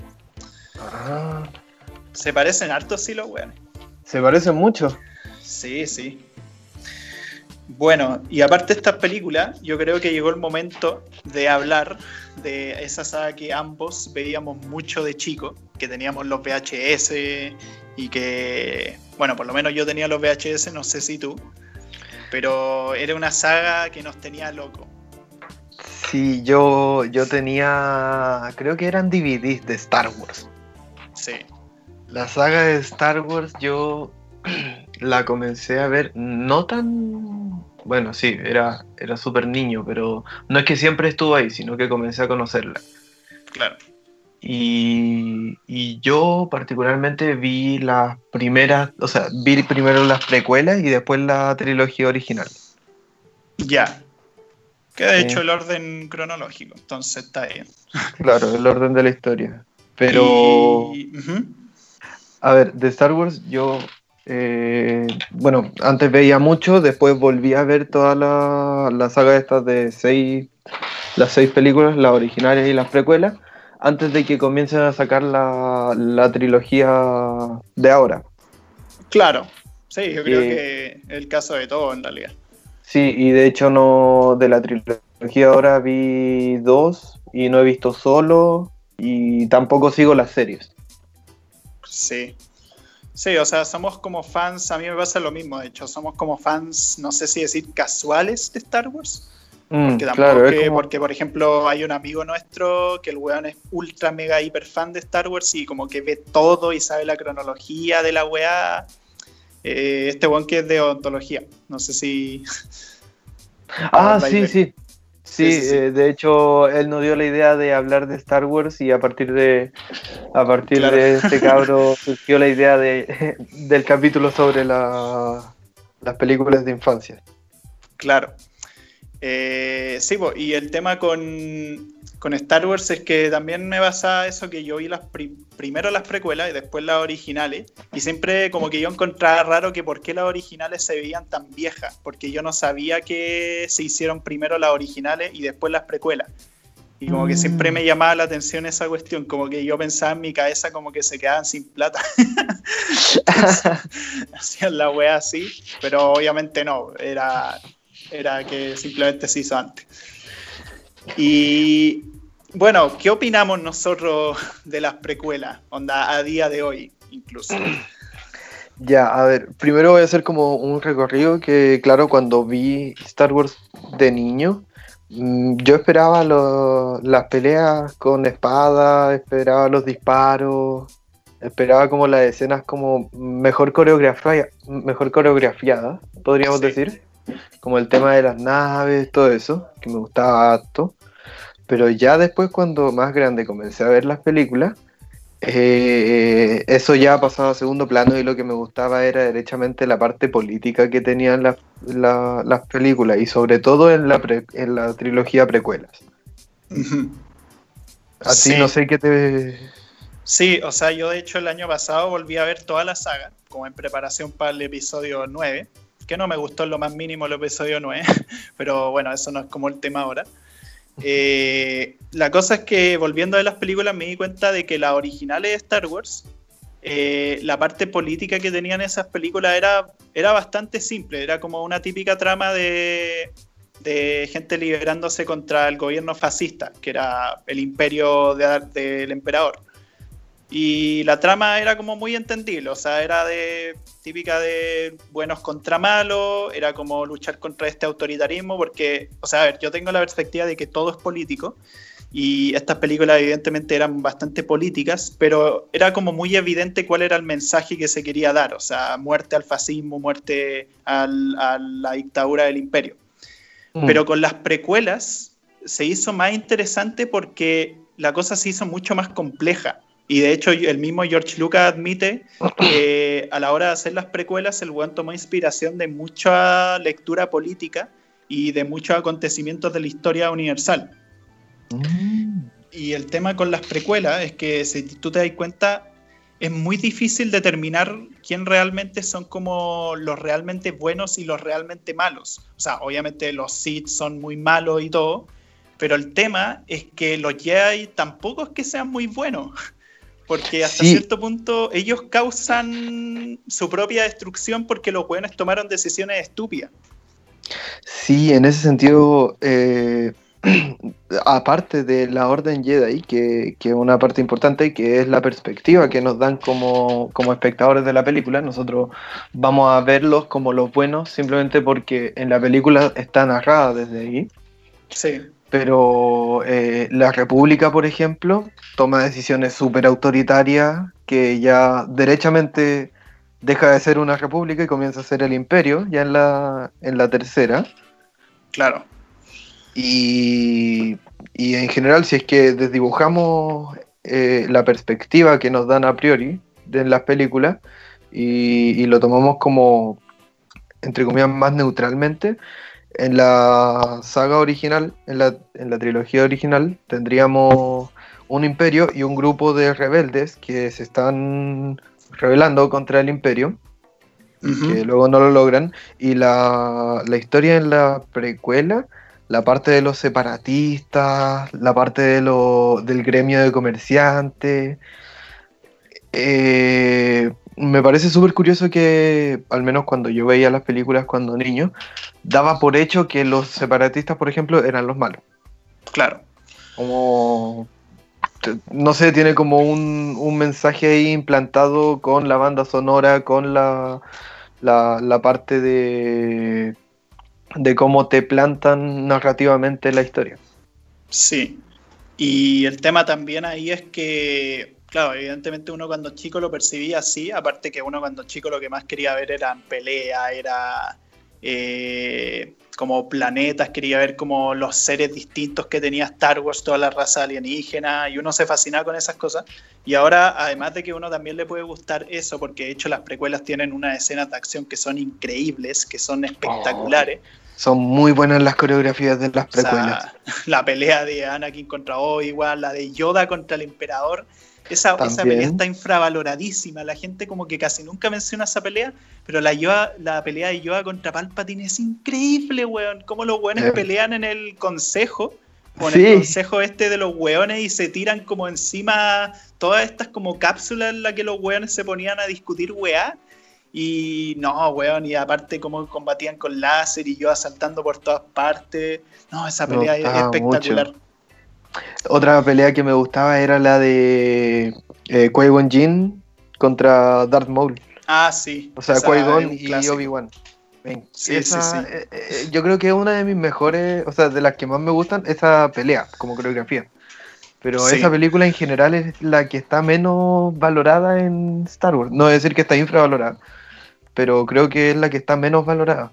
Se parecen harto, sí, los weones. Se parecen mucho. Sí. Bueno, y aparte de estas películas, yo creo que llegó el momento de hablar de esa saga que ambos veíamos mucho de chico, que teníamos los VHS y que, bueno, por lo menos yo tenía los VHS, no sé si tú, pero era una saga que nos tenía loco. Sí, yo tenía, creo que eran DVDs de Star Wars. Sí. La saga de Star Wars yo la comencé a ver no tan... Bueno, sí, era súper niño, pero no es que siempre estuvo ahí, sino que comencé a conocerla. Claro. Y yo particularmente vi las primeras, o sea, vi primero las precuelas y después la trilogía original. Ya. Que de hecho el orden cronológico, entonces está bien. Claro, el orden de la historia. Pero... A ver, de Star Wars yo... bueno, antes veía mucho, después volví a ver toda la saga estas de las 6 películas, las originales y las precuelas, antes de que comiencen a sacar la trilogía de ahora. Claro, sí, yo creo que es el caso de todo en realidad. Sí, y de hecho no, de la trilogía ahora vi 2 y no he visto Solo y tampoco sigo las series. Sí, o sea, somos como fans, a mí me pasa lo mismo, de hecho, somos como fans, no sé si decir casuales de Star Wars. Porque tampoco claro, porque, por ejemplo, hay un amigo nuestro que el weón es ultra mega hiper fan de Star Wars y como que ve todo y sabe la cronología de la weá. Este weón que es de odontología, no sé si... Sí. Sí, de hecho, él nos dio la idea de hablar de Star Wars y a partir de este cabro surgió la idea del capítulo sobre las películas de infancia. Claro. Sí, y el tema con Star Wars es que también me basa eso que yo vi primero las precuelas y después las originales, y siempre como que yo encontraba raro que por qué las originales se veían tan viejas, porque yo no sabía que se hicieron primero las originales y después las precuelas, y como que siempre me llamaba la atención esa cuestión, como que yo pensaba en mi cabeza como que se quedaban sin plata. Hacían la wea así, pero obviamente no, era que simplemente se hizo antes. Y bueno, ¿qué opinamos nosotros de las precuelas? Onda, a día de hoy, incluso. Ya, a ver, primero voy a hacer como un recorrido que, claro, cuando vi Star Wars de niño, yo esperaba las peleas con espada, esperaba los disparos, esperaba como las escenas como mejor coreografiadas, podríamos decir. Como el tema de las naves, todo eso, que me gustaba harto. Pero ya después, cuando más grande comencé a ver las películas, eso ya pasaba a segundo plano y lo que me gustaba era derechamente la parte política que tenían las películas y sobre todo en la trilogía precuelas. A ti Sí. no sé qué te... Sí, o sea, yo de hecho el año pasado volví a ver toda la saga, como en preparación para el episodio 9, que no me gustó en lo más mínimo el episodio 9, pero bueno, eso no es como el tema ahora. La cosa es que volviendo a las películas me di cuenta de que las originales de Star Wars, la parte política que tenían esas películas era bastante simple, era como una típica trama de gente liberándose contra el gobierno fascista, que era el imperio del emperador. Y la trama era como muy entendible, o sea, era típica de buenos contra malos, era como luchar contra este autoritarismo, porque, o sea, a ver, yo tengo la perspectiva de que todo es político, y estas películas evidentemente eran bastante políticas, pero era como muy evidente cuál era el mensaje que se quería dar, o sea, muerte al fascismo, muerte a la dictadura del imperio. Pero con las precuelas se hizo más interesante porque la cosa se hizo mucho más compleja. Y de hecho el mismo George Lucas admite que a la hora de hacer las precuelas el weón tomó inspiración de mucha lectura política y de muchos acontecimientos de la historia universal. Y el tema con las precuelas es que si tú te das cuenta es muy difícil determinar quién realmente son como los realmente buenos y los realmente malos. O sea, obviamente los Sith son muy malos y todo, pero el tema es que los Jedi tampoco es que sean muy buenos. Porque hasta cierto punto ellos causan su propia destrucción porque los buenos tomaron decisiones estúpidas. Sí, en ese sentido, aparte de la Orden Jedi, que es una parte importante, que es la perspectiva que nos dan como espectadores de la película, nosotros vamos a verlos como los buenos simplemente porque en la película está narrada desde ahí. Sí. Pero la República, por ejemplo, toma decisiones súper autoritarias que ya derechamente deja de ser una república y comienza a ser el imperio, ya en la tercera. Claro. Y en general, si es que desdibujamos la perspectiva que nos dan a priori en las películas y lo tomamos como, entre comillas, más neutralmente, en la saga original, en la trilogía original, tendríamos un imperio y un grupo de rebeldes que se están rebelando contra el imperio, que luego no lo logran, y la historia en la precuela, la parte de los separatistas, la parte del gremio de comerciantes, me parece súper curioso que, al menos cuando yo veía las películas cuando niño, daba por hecho que los separatistas, por ejemplo, eran los malos. Claro. Como, no sé, tiene como un mensaje ahí implantado con la banda sonora, con la parte de cómo te plantan narrativamente la historia. Sí. Y el tema también ahí es que, claro, evidentemente uno cuando chico lo percibía así, aparte que uno cuando chico lo que más quería ver eran peleas, era como planetas, quería ver como los seres distintos que tenía Star Wars, toda la raza alienígena, y uno se fascinaba con esas cosas. Y ahora, además de que uno también le puede gustar eso, porque de hecho las precuelas tienen unas escenas de acción que son increíbles, que son espectaculares. Son muy buenas las coreografías de las precuelas. O sea, la pelea de Anakin contra Obi-Wan, la de Yoda contra el Emperador, esa pelea está infravaloradísima. La gente como que casi nunca menciona esa pelea, pero la pelea de Yoda contra Palpatine es increíble, weón. Cómo los weones pelean en el consejo, con el consejo de los weones, y se tiran como encima todas estas como cápsulas en las que los weones se ponían a discutir weá. Y no, weón, y aparte cómo combatían con láser y Yoda saltando por todas partes. No, esa pelea es espectacular. Mucho. Otra pelea que me gustaba era la de Qui-Gon Jinn contra Darth Maul. Ah, sí. O sea, Qui-Gon y Obi-Wan. Sí. Yo creo que es una de mis mejores, o sea, de las que más me gustan, esa pelea como coreografía. Pero esa película en general es la que está menos valorada en Star Wars. No voy a decir que está infravalorada, pero creo que es la que está menos valorada.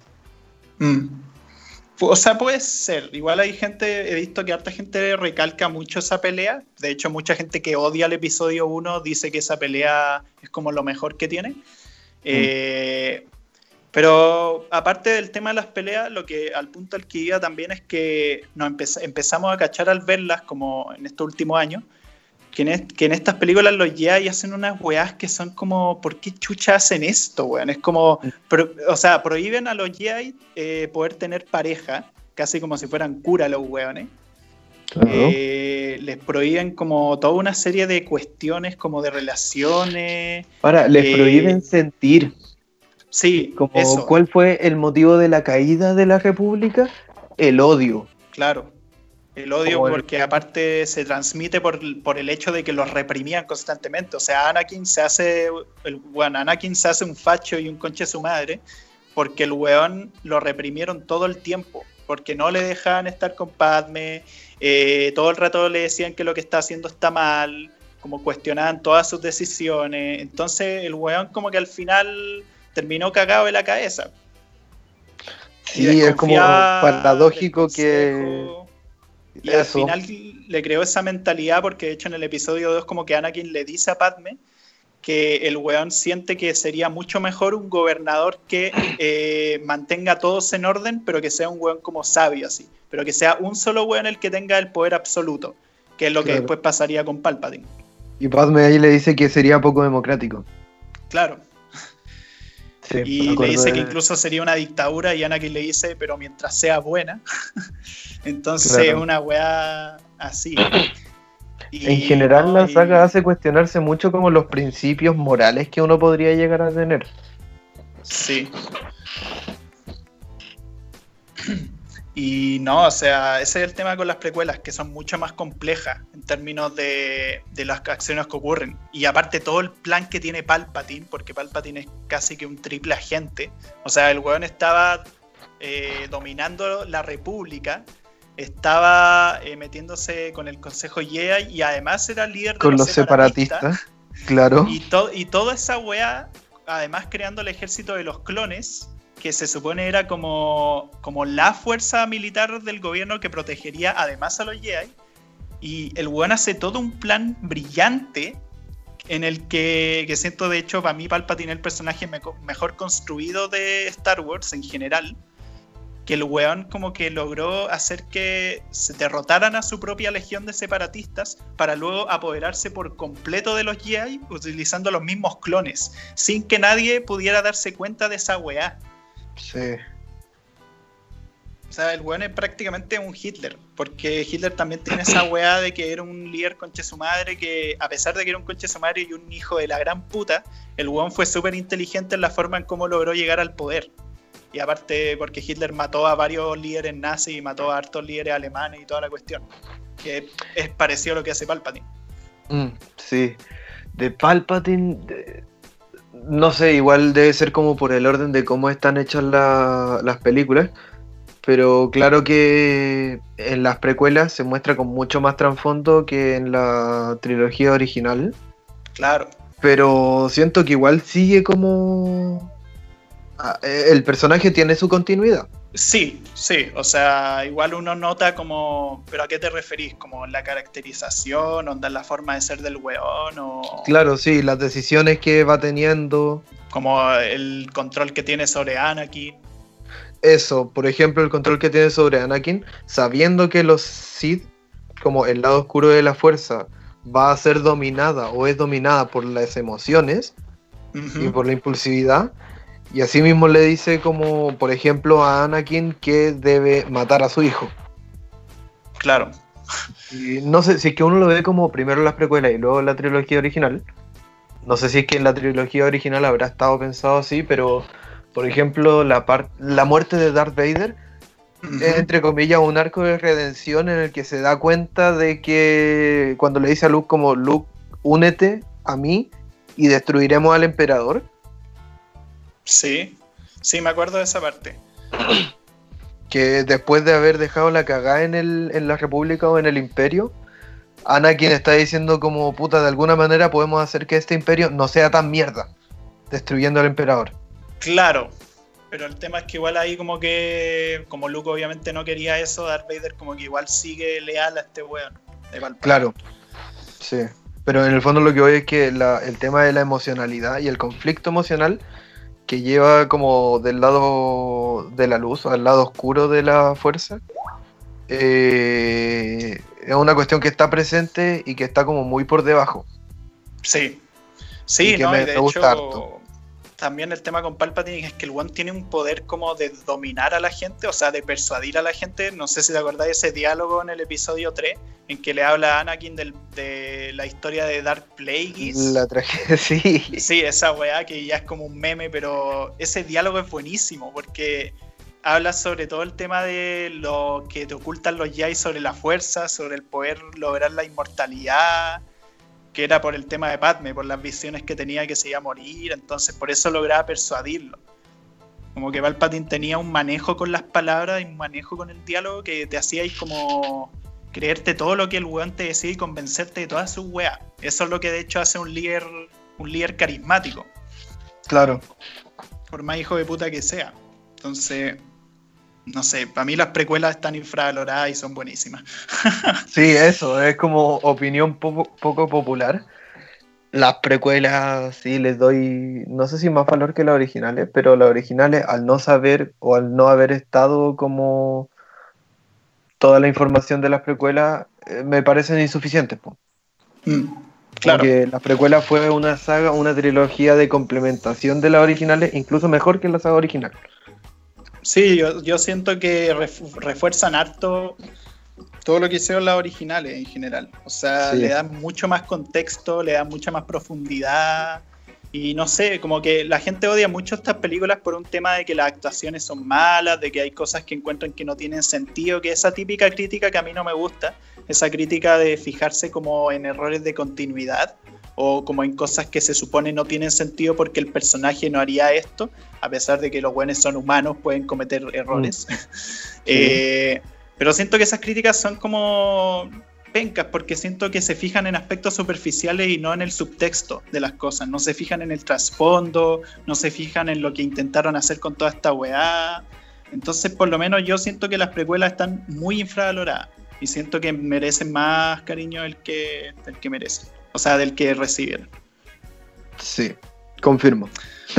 O sea, puede ser. Igual hay gente, he visto que harta gente recalca mucho esa pelea. De hecho, mucha gente que odia el episodio 1 dice que esa pelea es como lo mejor que tiene. Pero aparte del tema de las peleas, lo que al punto al que iba también es que empezamos a cachar al verlas, como en estos últimos años, que en estas películas los Jedi hacen unas weás que son como, ¿por qué chucha hacen esto, weón? Es como, o sea, prohíben a los Jedi poder tener pareja, casi como si fueran cura los weones. Les prohíben como toda una serie de cuestiones como de relaciones. Ahora, les prohíben sentir. Sí, como eso. ¿Cuál fue el motivo de la caída de la República? El odio. Claro. El odio porque aparte se transmite por el hecho de que los reprimían constantemente. O sea, Anakin se hace un facho y un conche de su madre porque el weón lo reprimieron todo el tiempo. Porque no le dejaban estar con Padme, todo el rato le decían que lo que está haciendo está mal, como cuestionaban todas sus decisiones. Entonces el weón como que al final terminó cagado de la cabeza. Sí, es como paradójico que... Y al final le creó esa mentalidad porque de hecho en el episodio 2 como que Anakin le dice a Padme que el weón siente que sería mucho mejor un gobernador que mantenga todos en orden, pero que sea un weón como sabio así, pero que sea un solo weón el que tenga el poder absoluto, que es lo que después pasaría con Palpatine. Y Padme ahí le dice que sería poco democrático. Claro. Sí, y le dice que incluso sería una dictadura y Anakin le dice, pero mientras sea buena. Entonces una weá así. En general la saga hace cuestionarse mucho como los principios morales que uno podría llegar a tener. Sí. Y no, o sea, ese es el tema con las precuelas, que son mucho más complejas en términos de las acciones que ocurren. Y aparte todo el plan que tiene Palpatine, porque Palpatine es casi que un triple agente. O sea, el weón estaba dominando la República, estaba metiéndose con el Consejo Jedi y además era líder de los separatistas. Claro. Y toda esa weá, además creando el ejército de los clones, que se supone era como la fuerza militar del gobierno que protegería además a los Jedi. Y el weón hace todo un plan brillante en el que siento, de hecho, para mí Palpatine es el personaje mejor construido de Star Wars en general, que el weón como que logró hacer que se derrotaran a su propia legión de separatistas para luego apoderarse por completo de los Jedi utilizando los mismos clones, sin que nadie pudiera darse cuenta de esa weá. Sí. O sea, el weón es prácticamente un Hitler, porque Hitler también tiene esa weá de que era un líder conche su madre, que a pesar de que era un conche su madre y un hijo de la gran puta, el weón fue súper inteligente en la forma en cómo logró llegar al poder. Y aparte porque Hitler mató a varios líderes nazis y mató a hartos líderes alemanes y toda la cuestión, que es parecido a lo que hace Palpatine. Sí, de Palpatine... No sé, igual debe ser como por el orden de cómo están hechas las películas, pero claro que en las precuelas se muestra con mucho más trasfondo que en la trilogía original. Claro. Pero siento que igual sigue como... el personaje tiene su continuidad. Sí, o sea, igual uno nota como, ¿pero a qué te referís? ¿Como la caracterización, onda la forma de ser del weón? O... Claro, sí, las decisiones que va teniendo. Como el control que tiene sobre Anakin. Eso, por ejemplo, el control que tiene sobre Anakin, sabiendo que los Sith, como el lado oscuro de la fuerza, va a ser dominada o es dominada por las emociones y por la impulsividad. Y así mismo le dice como, por ejemplo, a Anakin que debe matar a su hijo. Claro. Y no sé, si es que uno lo ve como primero las precuelas y luego la trilogía original. No sé si es que en la trilogía original habrá estado pensado así, pero, por ejemplo, la muerte de Darth Vader es, entre comillas, un arco de redención en el que se da cuenta de que cuando le dice a Luke como, Luke, únete a mí y destruiremos al emperador. Sí, me acuerdo de esa parte. Que después de haber dejado la cagada en la República o en el Imperio, Anakin está diciendo como, puta, de alguna manera podemos hacer que este imperio no sea tan mierda, destruyendo al emperador. Claro, pero el tema es que igual ahí como Luke obviamente no quería eso, Darth Vader como que igual sigue leal a este weón de Palpatine. Claro, sí, pero en el fondo lo que voy es que el tema de la emocionalidad y el conflicto emocional que lleva como del lado de la luz, al lado oscuro de la fuerza, es una cuestión que está presente y que está como muy por debajo. Sí, Y que ¿no? Y me de gusta hecho, harto. también el tema con Palpatine es que el one tiene un poder como de dominar a la gente, o sea, de persuadir a la gente. No sé si te acordás de ese diálogo en el episodio 3, en que le habla a Anakin de la historia de Darth Plagueis. La tragedia, sí. Sí, esa weá que ya es como un meme, pero ese diálogo es buenísimo porque habla sobre todo el tema de lo que te ocultan los Jedi sobre la fuerza, sobre el poder lograr la inmortalidad, que era por el tema de Padme, por las visiones que tenía que se iba a morir, entonces por eso lograba persuadirlo. Como que Palpatine tenía un manejo con las palabras y un manejo con el diálogo que te hacía ir como creerte todo lo que el weón te decía y convencerte de todas sus weas. Eso es lo que de hecho hace un líder carismático. Claro. Por más hijo de puta que sea. Entonces, no sé, para mí las precuelas están infravaloradas y son buenísimas. Sí, eso, es como opinión poco popular. Las precuelas sí les doy, no sé si más valor que las originales, pero las originales al no saber o al no haber estado como toda la información de las precuelas, me parecen insuficientes, po. Como Claro. que las precuelas fue una saga, una trilogía de complementación de las originales, incluso mejor que la saga original. Sí, yo siento que refuerzan harto todo lo que hicieron las originales en general. O sea, Sí. le dan mucho más contexto, le dan mucha más profundidad. Y no sé, como que la gente odia mucho estas películas por un tema de que las actuaciones son malas, de que hay cosas que encuentran que no tienen sentido, que esa típica crítica que a mí no me gusta, esa crítica de fijarse como en errores de continuidad o como en cosas que se supone no tienen sentido porque el personaje no haría esto, a pesar de que los buenos son humanos, pueden cometer errores. Sí. Pero siento que esas críticas son como pencas porque siento que se fijan en aspectos superficiales y no en el subtexto de las cosas. No se fijan en el trasfondo, no se fijan en lo que intentaron hacer con toda esta weá. Entonces, por lo menos yo siento que las precuelas están muy infravaloradas y siento que merecen más cariño del que merecen. O sea, del que recibieron. Sí, confirmo.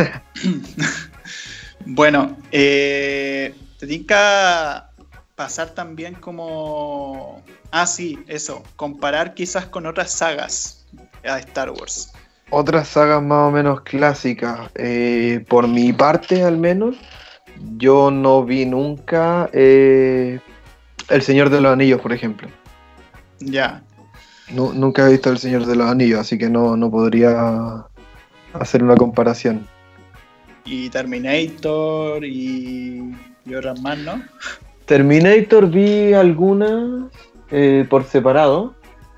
Bueno, te tinca pasar también como... Ah, sí, eso. Comparar quizás con otras sagas a Star Wars. Otras sagas más o menos clásicas, por mi parte al menos, yo no vi nunca El Señor de los Anillos, por ejemplo. Ya. Nunca he visto El Señor de los Anillos, así que no podría hacer una comparación. Y Terminator y otras más, ¿no? Terminator vi algunas por separado,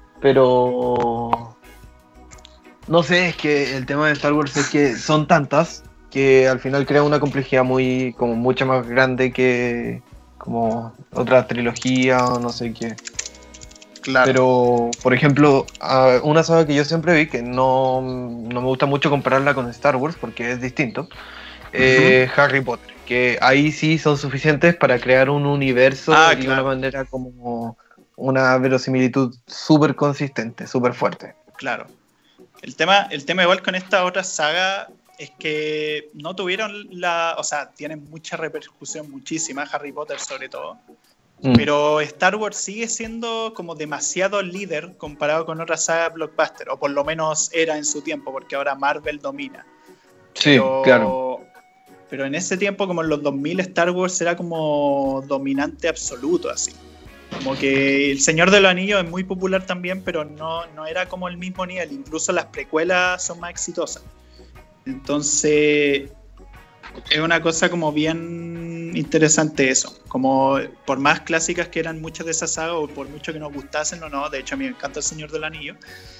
pero no sé, es que el tema de Star Wars es que son tantas que al final crea una complejidad como mucho más grande que como otra trilogía o no sé qué. Claro. Pero, por ejemplo, una saga que yo siempre vi, que no me gusta mucho compararla con Star Wars porque es distinto, Harry Potter, que ahí sí son suficientes para crear un universo y claro. una manera como una verosimilitud súper consistente, súper fuerte. Claro. El tema igual con esta otra saga es que no tuvieron o sea, tienen mucha repercusión, muchísima, Harry Potter sobre todo. Pero Star Wars sigue siendo como demasiado líder comparado con otras sagas blockbuster, o por lo menos era en su tiempo, porque ahora Marvel domina. Sí, claro. Pero en ese tiempo, como en los 2000, Star Wars era como dominante absoluto, así. Como que El Señor de los Anillos es muy popular también, pero no era como el mismo nivel. Incluso las precuelas son más exitosas. Entonces, es una cosa como bien interesante eso. Como por más clásicas que eran muchas de esas sagas, o por mucho que nos gustasen o no, de hecho a mí me encanta El Señor del Anillo,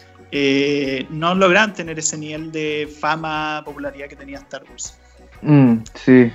no logran tener ese nivel de fama, popularidad que tenía Star Wars. Sí.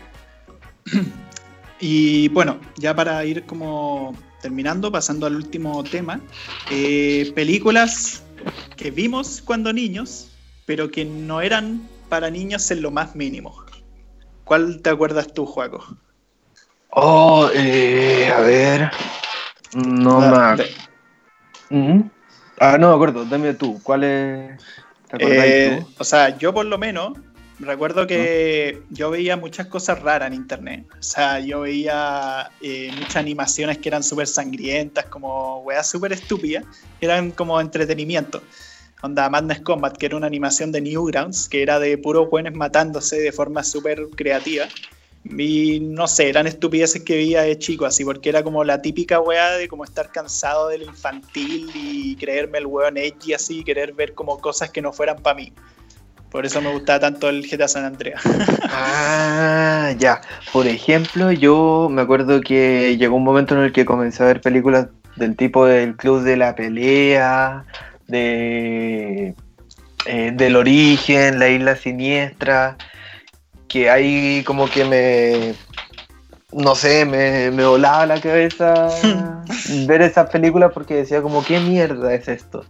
Y bueno, ya para ir como terminando, pasando al último tema, películas que vimos cuando niños, pero que no eran para niños en lo más mínimo. ¿Cuál te acuerdas tú, Joaco? A ver. No me no me acuerdo, dame tú. ¿Cuál es? ¿Te acordáis tú? O sea, yo por lo menos recuerdo que yo veía muchas cosas raras en internet. O sea, yo veía muchas animaciones que eran súper sangrientas, como weas súper estúpidas, eran como entretenimiento. Onda Madness Combat, que era una animación de Newgrounds, que era de puros weones matándose de forma súper creativa. Y no sé, eran estupideces que veía de chico, así, porque era como la típica weá de como estar cansado de lo infantil y creerme el weón edgy así, y querer ver como cosas que no fueran para mí. Por eso me gustaba tanto el GTA San Andreas. Ah, ya. Por ejemplo, yo me acuerdo que llegó un momento en el que comencé a ver películas del tipo del Club de la Pelea, del Origen, La Isla Siniestra, que ahí como que no sé, me volaba la cabeza ver esas películas porque decía como, ¿qué mierda es esto?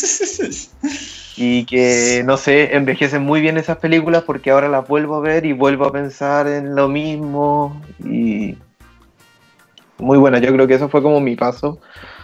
Y que, no sé, envejecen muy bien esas películas porque ahora las vuelvo a ver y vuelvo a pensar en lo mismo. Y muy buena, yo creo que eso fue como mi paso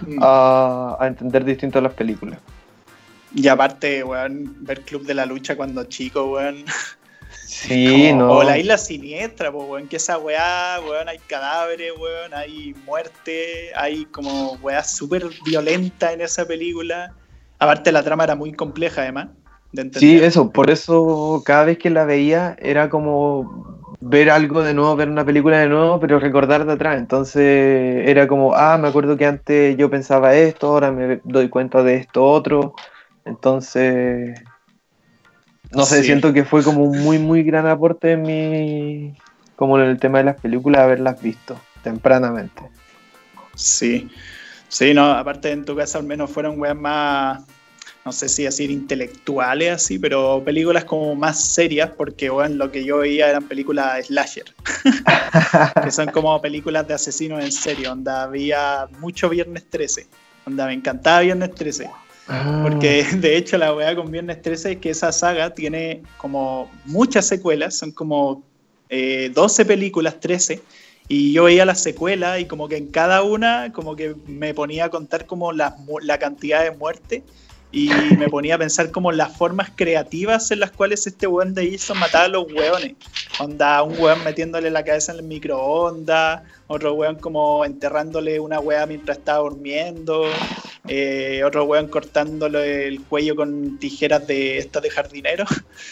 a entender distinto las películas. Y aparte, weón, ver Club de la Lucha cuando chico, weón. Sí, como, no. O La Isla Siniestra, pues, weón, que esa weá, weón, hay cadáveres, weón, hay muerte, hay como weá súper violenta en esa película. Aparte la trama era muy compleja, además, de entender. Sí, eso, por eso cada vez que la veía era como ver algo de nuevo, ver una película de nuevo, pero recordar de atrás. Entonces era como, me acuerdo que antes yo pensaba esto, ahora me doy cuenta de esto otro. Entonces, no sé, Sí. siento que fue como un muy, muy gran aporte como en el tema de las películas, haberlas visto tempranamente. Sí, sí, no, aparte en tu casa al menos fueron weas más, no sé si decir intelectuales así, pero películas como más serias, porque bueno, lo que yo veía eran películas slasher, que son como películas de asesinos en serie, onda había mucho Viernes 13, onda me encantaba Viernes 13. Porque de hecho la wea con Viernes 13 es que esa saga tiene como muchas secuelas, son como 12 películas, 13, y yo veía las secuelas y como que en cada una como que me ponía a contar como la cantidad de muertes y me ponía a pensar como las formas creativas en las cuales este weón de Jason mataba a los weones. Onda, un weón metiéndole la cabeza en el microondas, otro weón como enterrándole una wea mientras estaba durmiendo, otro weón cortándole el cuello con tijeras de estas de jardinero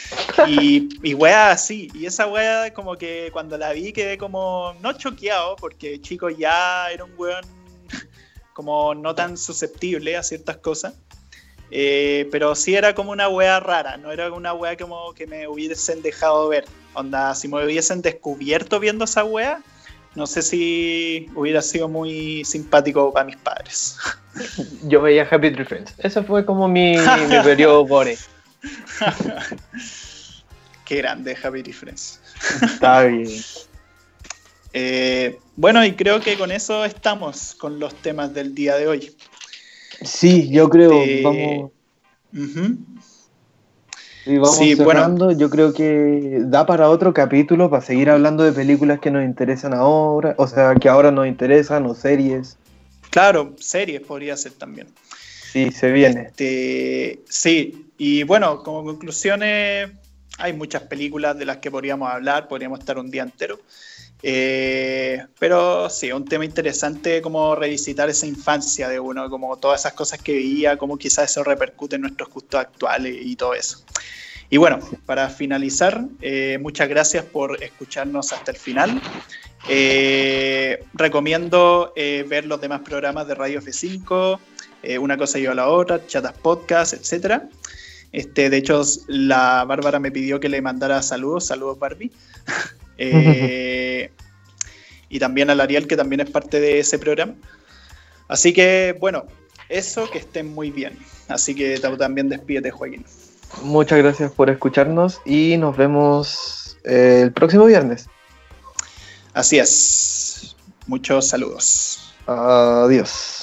y wea así. Y esa wea como que cuando la vi quedé como no choqueado porque chico ya era un weón como no tan susceptible a ciertas cosas. Pero sí era como una wea rara, no era una wea como que me hubiesen dejado ver. Onda, si me hubiesen descubierto viendo esa wea, no sé si hubiera sido muy simpático para mis padres. Yo veía Happy Tree Friends. Ese fue como mi periodo gore. Qué grande Happy Tree Friends. Está bien. Bueno, y creo que con eso estamos con los temas del día de hoy. Sí, yo creo, vamos. Y vamos sí, cerrando. bueno, yo creo que da para otro capítulo para seguir hablando de películas que nos interesan ahora, o sea, que ahora nos interesan, o series. Claro, series podría ser también. Sí, se viene. Sí, y bueno, como conclusiones, hay muchas películas de las que podríamos hablar, podríamos estar un día entero. Pero sí, un tema interesante como revisitar esa infancia de uno, como todas esas cosas que veía, cómo quizás eso repercute en nuestros gustos actuales y todo eso. Y bueno, para finalizar, muchas gracias por escucharnos hasta el final. Recomiendo ver los demás programas de Radio F5, Una cosa lleva a la otra, Chatas Podcast, etc. De hecho, la Bárbara me pidió que le mandara saludos Barbie. Y también al Ariel, que también es parte de ese programa. Así que, bueno, eso, que estén muy bien. Así que también despídete, Joaquín. Muchas gracias por escucharnos y nos vemos el próximo viernes. Así es. Muchos saludos. Adiós.